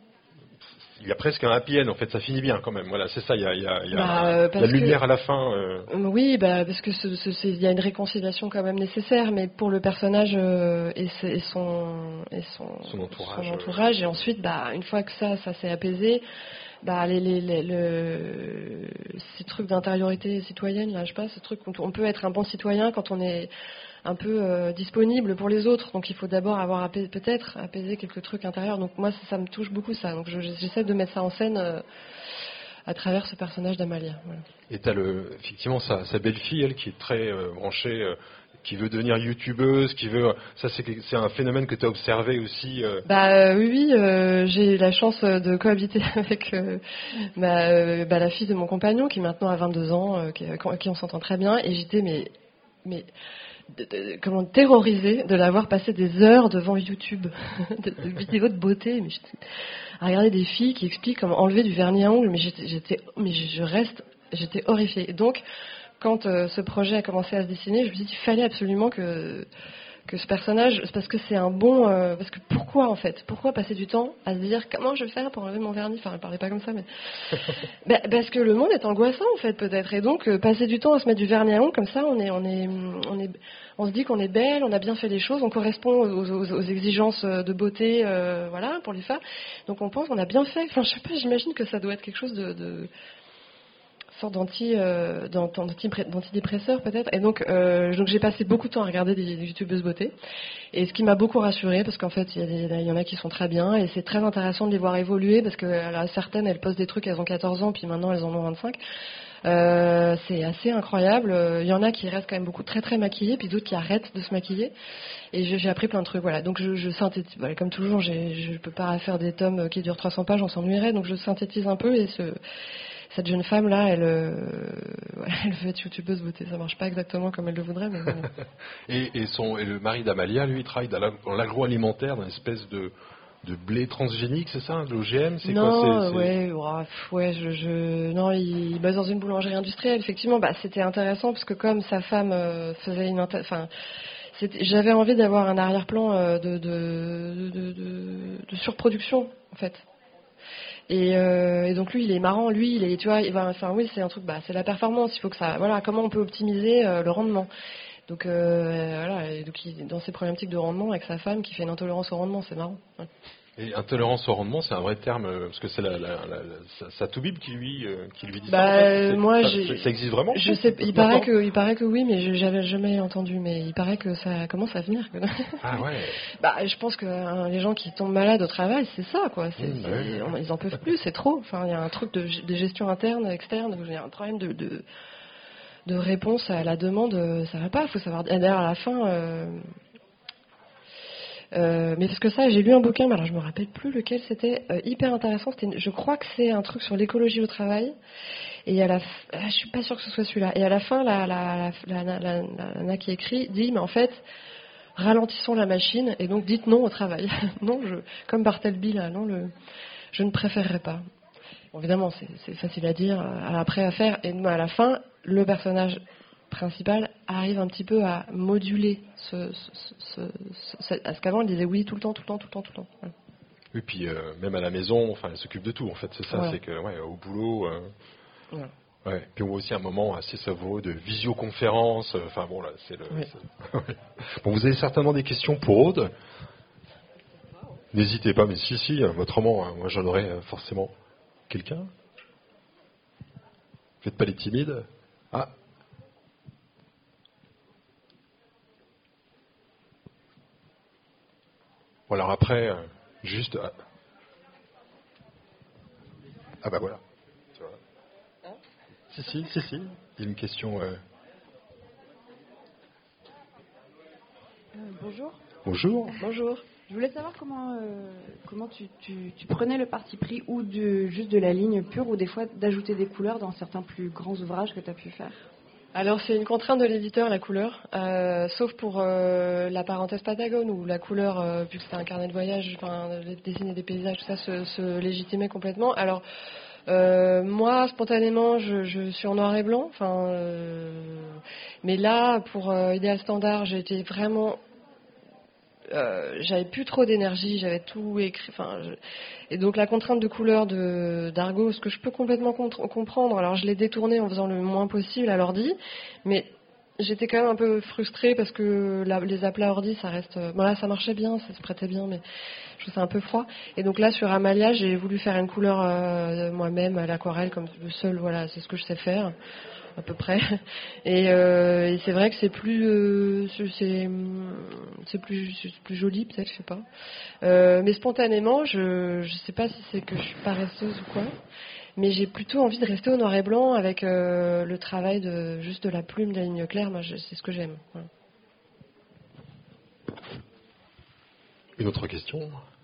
il y a presque un happy end, en fait, ça finit bien quand même. Voilà, c'est ça, il y a, il y a, il y a Bah, euh, la parce lumière que- à la fin. euh, Oui, bah, parce que ce, ce- c'est- il y a une réconciliation quand même nécessaire, mais pour le personnage euh, et, ce- et son et son, Son entourage, son entourage, et ensuite, bah, une fois que ça, ça s'est apaisé, bah, les, les, les- le, ces trucs d'intériorité citoyenne, là, je sais pas, ce truc, on, on peut être un bon citoyen quand on est un peu euh, disponible pour les autres. Donc il faut d'abord avoir apais- peut-être apaisé quelques trucs intérieurs. Donc moi, ça, ça me touche beaucoup ça. Donc je- j'essaie de mettre ça en scène euh, à travers ce personnage d'Amalia. Voilà. Et t'as le, effectivement sa, sa belle-fille, elle, qui est très euh, branchée, euh, qui veut devenir youtubeuse, qui veut. Ça, c'est, que- c'est un phénomène que tu as observé aussi. euh, Bah euh, oui, oui, euh, j'ai eu la chance euh, de cohabiter avec euh, bah, euh, bah, la fille de mon compagnon qui maintenant a vingt-deux ans, euh, qui, qui on s'entend très bien. Et j'étais mais mais de, de, comment terrorisée de l'avoir passé des heures devant YouTube, de, de vidéos de beauté, mais à regarder des filles qui expliquent comment enlever du vernis à ongles, mais j'étais, j'étais mais je reste, j'étais horrifiée. Et donc, quand euh, ce projet a commencé à se dessiner, je me suis dit qu'il fallait absolument que que ce personnage, parce que c'est un bon, euh, parce que pourquoi en fait, pourquoi passer du temps à se dire comment je vais faire pour enlever mon vernis, enfin elle parlait pas comme ça, mais bah, parce que le monde est angoissant en fait peut-être, et donc euh, passer du temps à se mettre du vernis à ongles comme ça, on est, on est, on est, on se dit qu'on est belle, on a bien fait les choses, on correspond aux, aux, aux exigences de beauté, euh, voilà, pour les femmes, donc on pense qu'on a bien fait. Enfin je sais pas, j'imagine que ça doit être quelque chose de, de sorte d'anti, euh, d'anti, d'antidépresseur peut-être, et donc, euh, donc j'ai passé beaucoup de temps à regarder des, des youtubeuses beauté, et ce qui m'a beaucoup rassurée, parce qu'en fait il y, il y en a qui sont très bien, et c'est très intéressant de les voir évoluer, parce que là, certaines elles postent des trucs, elles ont quatorze ans, puis maintenant elles en ont vingt-cinq. Euh, c'est assez incroyable. Il y en a qui restent quand même beaucoup très très maquillées, puis d'autres qui arrêtent de se maquiller, et j'ai appris plein de trucs. Voilà, donc je, je synthétise, voilà, comme toujours, j'ai, je peux pas faire des tomes qui durent trois cents pages, on s'ennuierait, donc je synthétise un peu, et ce cette jeune femme là, elle, euh, elle veut être youtubeuse beauté. Ça marche pas exactement comme elle le voudrait, mais bon. et, et, son, et le mari d'Amalia, lui, il travaille dans l'agroalimentaire, dans une espèce de, de blé transgénique, c'est ça, de l'O G M, c'est non, quoi c'est, ouais, ouais, ouais, je, je, non, il, il bosse dans une boulangerie industrielle. Effectivement, bah, c'était intéressant parce que comme sa femme euh, faisait une, enfin, j'avais envie d'avoir un arrière-plan euh, de, de, de, de, de surproduction, en fait. Et, euh, et donc lui, il est marrant. Lui, il est, tu vois, il va, enfin oui, c'est un truc, bah, c'est la performance. Il faut que ça, voilà, comment on peut optimiser euh, le rendement. Donc euh, voilà, et donc il est dans ses problématiques de rendement avec sa femme qui fait une intolérance au rendement, c'est marrant. Ouais. Et intolérance au rendement, c'est un vrai terme, parce que c'est la, la, la, la, sa toubib qui lui, euh, qui lui dit bah, ça. En fait. Moi, ça, j'ai, ça existe vraiment? Je sais, il paraît que, il paraît que oui, mais je, j'avais jamais entendu. Mais il paraît que ça commence à venir. Ah ouais. Bah, je pense que hein, les gens qui tombent malades au travail, c'est ça, quoi. C'est, mmh, c'est, ouais. Ils en peuvent plus, c'est trop. Enfin, il y a un truc de, de gestion interne, externe. Il y a un problème de, de, de réponse à la demande. Ça va pas. Il faut savoir. D'ailleurs, à la fin. Euh, Euh, mais parce que ça, j'ai lu un bouquin, mais alors je me rappelle plus lequel c'était, euh, hyper intéressant. C'était, je crois que c'est un truc sur l'écologie au travail. Et à la, ah, je suis pas sûre que ce soit celui-là. Et à la fin, la, la, la, la, la, la nana qui écrit dit, mais en fait, ralentissons la machine et donc dites non au travail. Non, je, comme Bartleby là, non, le, je ne préférerais pas. Bon, évidemment, c'est, c'est facile à dire, après à faire. Et à la fin, le personnage principal arrive un petit peu à moduler ce, ce, ce, ce, ce à ce qu'avant il disait oui tout le temps, tout le temps, tout le temps, tout le temps. Ouais. Et puis euh, même à la maison, enfin, elle s'occupe de tout en fait, c'est ça, voilà. C'est que ouais, au boulot. Euh, voilà. Ouais. Puis on voit aussi un moment assez savoureux de visioconférence. Enfin bon là, c'est le. Oui. C'est... Bon, vous avez certainement des questions pour Aude. N'hésitez pas, mais si si, autrement, moi j'en aurais forcément. Quelqu'un? Faites pas les timides. Ah. Bon, alors après, euh, juste... Ah, ah bah voilà. Tu vois. Hein? Si, si, si, si. Il y a une question... Euh... Euh, bonjour. Bonjour. Bonjour. Je voulais savoir comment, euh, comment tu, tu, tu prenais le parti pris, ou de, juste de la ligne pure, ou des fois d'ajouter des couleurs dans certains plus grands ouvrages que tu as pu faire. Alors c'est une contrainte de l'éditeur, la couleur, euh, sauf pour euh, la parenthèse Patagone où la couleur, euh, vu que c'était un carnet de voyage, enfin, dessiner des paysages, tout ça se, se légitimait complètement. Alors euh, moi, spontanément, je, je suis en noir et blanc, enfin, euh, mais là, pour euh, Idéal Standard, j'ai été vraiment... Euh, j'avais plus trop d'énergie, j'avais tout écrit, enfin, je... et donc la contrainte de couleur de d'Argo, ce que je peux complètement contre- comprendre. Alors je l'ai détourné en faisant le moins possible à l'ordi, mais j'étais quand même un peu frustrée parce que la, les aplats ordi, ça reste, bon là ça marchait bien, ça se prêtait bien, mais je trouve ça un peu froid. Et donc là sur Amalia, j'ai voulu faire une couleur euh, moi-même à l'aquarelle, comme le seul, voilà, c'est ce que je sais faire. À peu près, et, euh, et c'est vrai que c'est plus, euh, c'est, c'est plus, c'est plus joli peut-être, je sais pas. Euh, mais spontanément, je, je sais pas si c'est que je suis paresseuse ou quoi, mais j'ai plutôt envie de rester au noir et blanc avec euh, le travail de juste de la plume, de la ligne claire. Moi, je, c'est ce que j'aime. Voilà. Une autre question?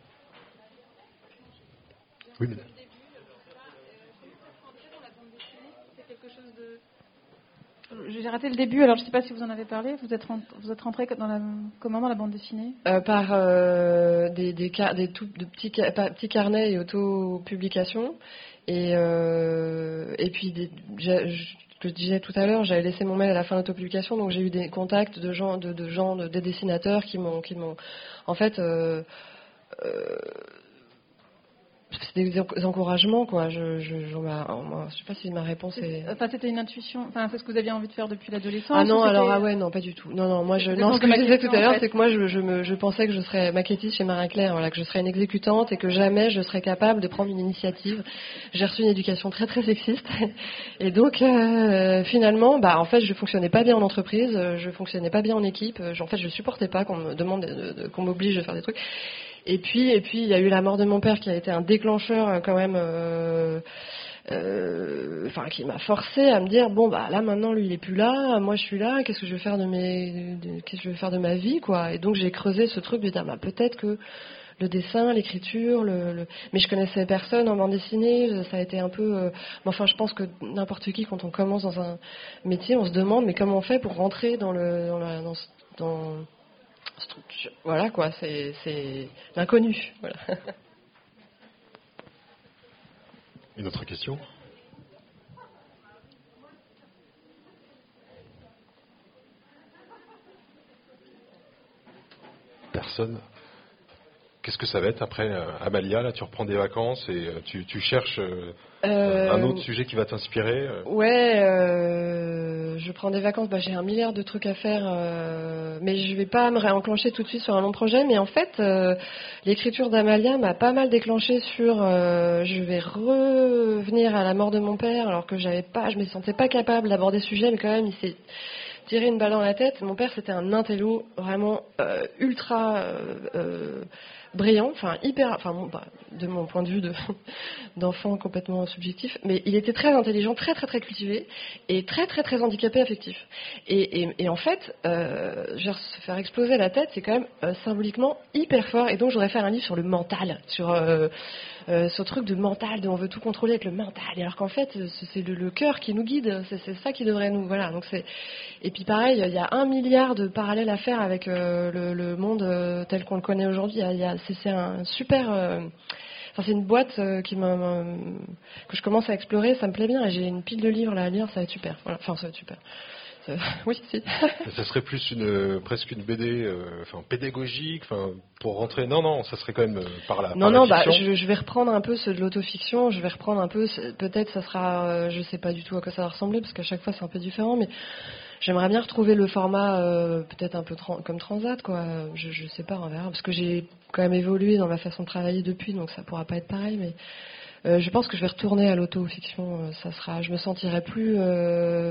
Oui, madame. J'ai raté le début, alors je ne sais pas si vous en avez parlé. Vous êtes, rent- vous êtes rentré dans la, comment dans la bande dessinée euh, Par euh, des, des, car- des tout de petits, ca- pas- petits carnets et auto-publications. Et, euh, et puis, des, j'ai- je, que je disais tout à l'heure, j'avais laissé mon mail à la fin de l'autopublication, donc j'ai eu des contacts de gens, de, de gens, de, des dessinateurs qui m'ont, qui m'ont, en fait, euh, euh, c'est des, des encouragements, quoi. Je, je, je, je sais pas si ma réponse est. Enfin, c'était une intuition. Enfin, c'est ce que vous aviez envie de faire depuis l'adolescence. Ah non, ou c'était- alors ah ouais, non, pas du tout. Non, non, moi je, C'est non, le ce sens que de je ma disais question, tout à l'heure, en fait. c'est que moi je, je, me, je pensais que je serais maquettiste chez Marie Claire, voilà, que je serais une exécutante et que jamais je serais capable de prendre une initiative. J'ai reçu une éducation très très sexiste et donc euh, finalement, bah en fait, je fonctionnais pas bien en entreprise, je fonctionnais pas bien en équipe. Je, en fait, je supportais pas qu'on me demande, de, de, qu'on m'oblige de faire des trucs. Et puis, et puis, il y a eu la mort de mon père qui a été un déclencheur euh, quand même, euh, euh, enfin, qui m'a forcé à me dire bon bah là maintenant lui il est plus là, moi je suis là, qu'est-ce que je vais faire de mes, de, qu'est-ce que je vais faire de ma vie quoi. Et donc j'ai creusé ce truc de dire bah peut-être que le dessin, l'écriture, le, le... mais je connaissais personne en bande dessinée, ça a été un peu, euh... mais enfin je pense que n'importe qui quand on commence dans un métier, on se demande mais comment on fait pour rentrer dans le, dans la, dans, dans structure. Voilà quoi, c'est, c'est l'inconnu. Voilà. Une autre question ? Personne ? Qu'est-ce que ça va être après euh, Amalia, là tu reprends des vacances et euh, tu, tu cherches euh, Euh, un autre sujet qui va t'inspirer euh. Ouais, euh, je prends des vacances. Bah, j'ai un milliard de trucs à faire, euh, mais je vais pas me réenclencher tout de suite sur un long projet. Mais en fait, euh, l'écriture d'Amalia m'a pas mal déclenché sur. Euh, je vais revenir à la mort de mon père, alors que j'avais pas, je me sentais pas capable d'aborder ce sujet, mais quand même, il s'est tiré une balle dans la tête. Mon père, c'était un intello vraiment euh, ultra. Euh, euh, brillant, enfin hyper, enfin bon, bah, de mon point de vue de d'enfant complètement subjectif, mais il était très intelligent, très très très cultivé et très très très handicapé affectif. Et, et, et en fait, euh, genre, se faire exploser la tête, c'est quand même euh, symboliquement hyper fort. Et donc, je voudrais faire un livre sur le mental, sur euh, euh, ce truc de mental, de on veut tout contrôler avec le mental, et alors qu'en fait, c'est le, le cœur qui nous guide, c'est, c'est ça qui devrait nous, voilà. Donc c'est, et puis pareil, il y a un milliard de parallèles à faire avec euh, le, le monde euh, tel qu'on le connaît aujourd'hui. Il y a, il y a C'est, c'est un super. Euh, enfin, c'est une boîte euh, qui m'a, m'a, que je commence à explorer. Ça me plaît bien et j'ai une pile de livres là à lire. Ça va être super. Voilà. Enfin, ça va être super. Ça, oui, si. Ça serait plus une presque une B D, euh, enfin pédagogique, enfin pour rentrer. Non, non, ça serait quand même euh, par la. Non, par non, la bah, fiction. je, je vais reprendre un peu ce de l'autofiction. Je vais reprendre un peu. Peut-être, ça sera. Euh, je sais pas du tout à quoi ça va ressembler parce qu'à chaque fois c'est un peu différent, mais. J'aimerais bien retrouver le format euh, peut-être un peu tra- comme Transat, quoi. Je, je sais pas, on verra, parce que j'ai quand même évolué dans ma façon de travailler depuis, donc ça pourra pas être pareil. Mais euh, je pense que je vais retourner à l'auto-fiction. Ça sera, je me sentirai plus euh,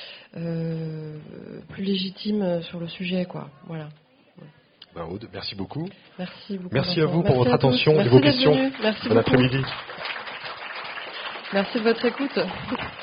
euh, plus légitime sur le sujet, quoi. Voilà. Ben, Aude, merci beaucoup. Merci beaucoup. Merci à Vincent. vous pour Merci votre à tous. attention et Merci vos d'être questions. venus. Merci Bon beaucoup. après-midi. Merci de votre écoute.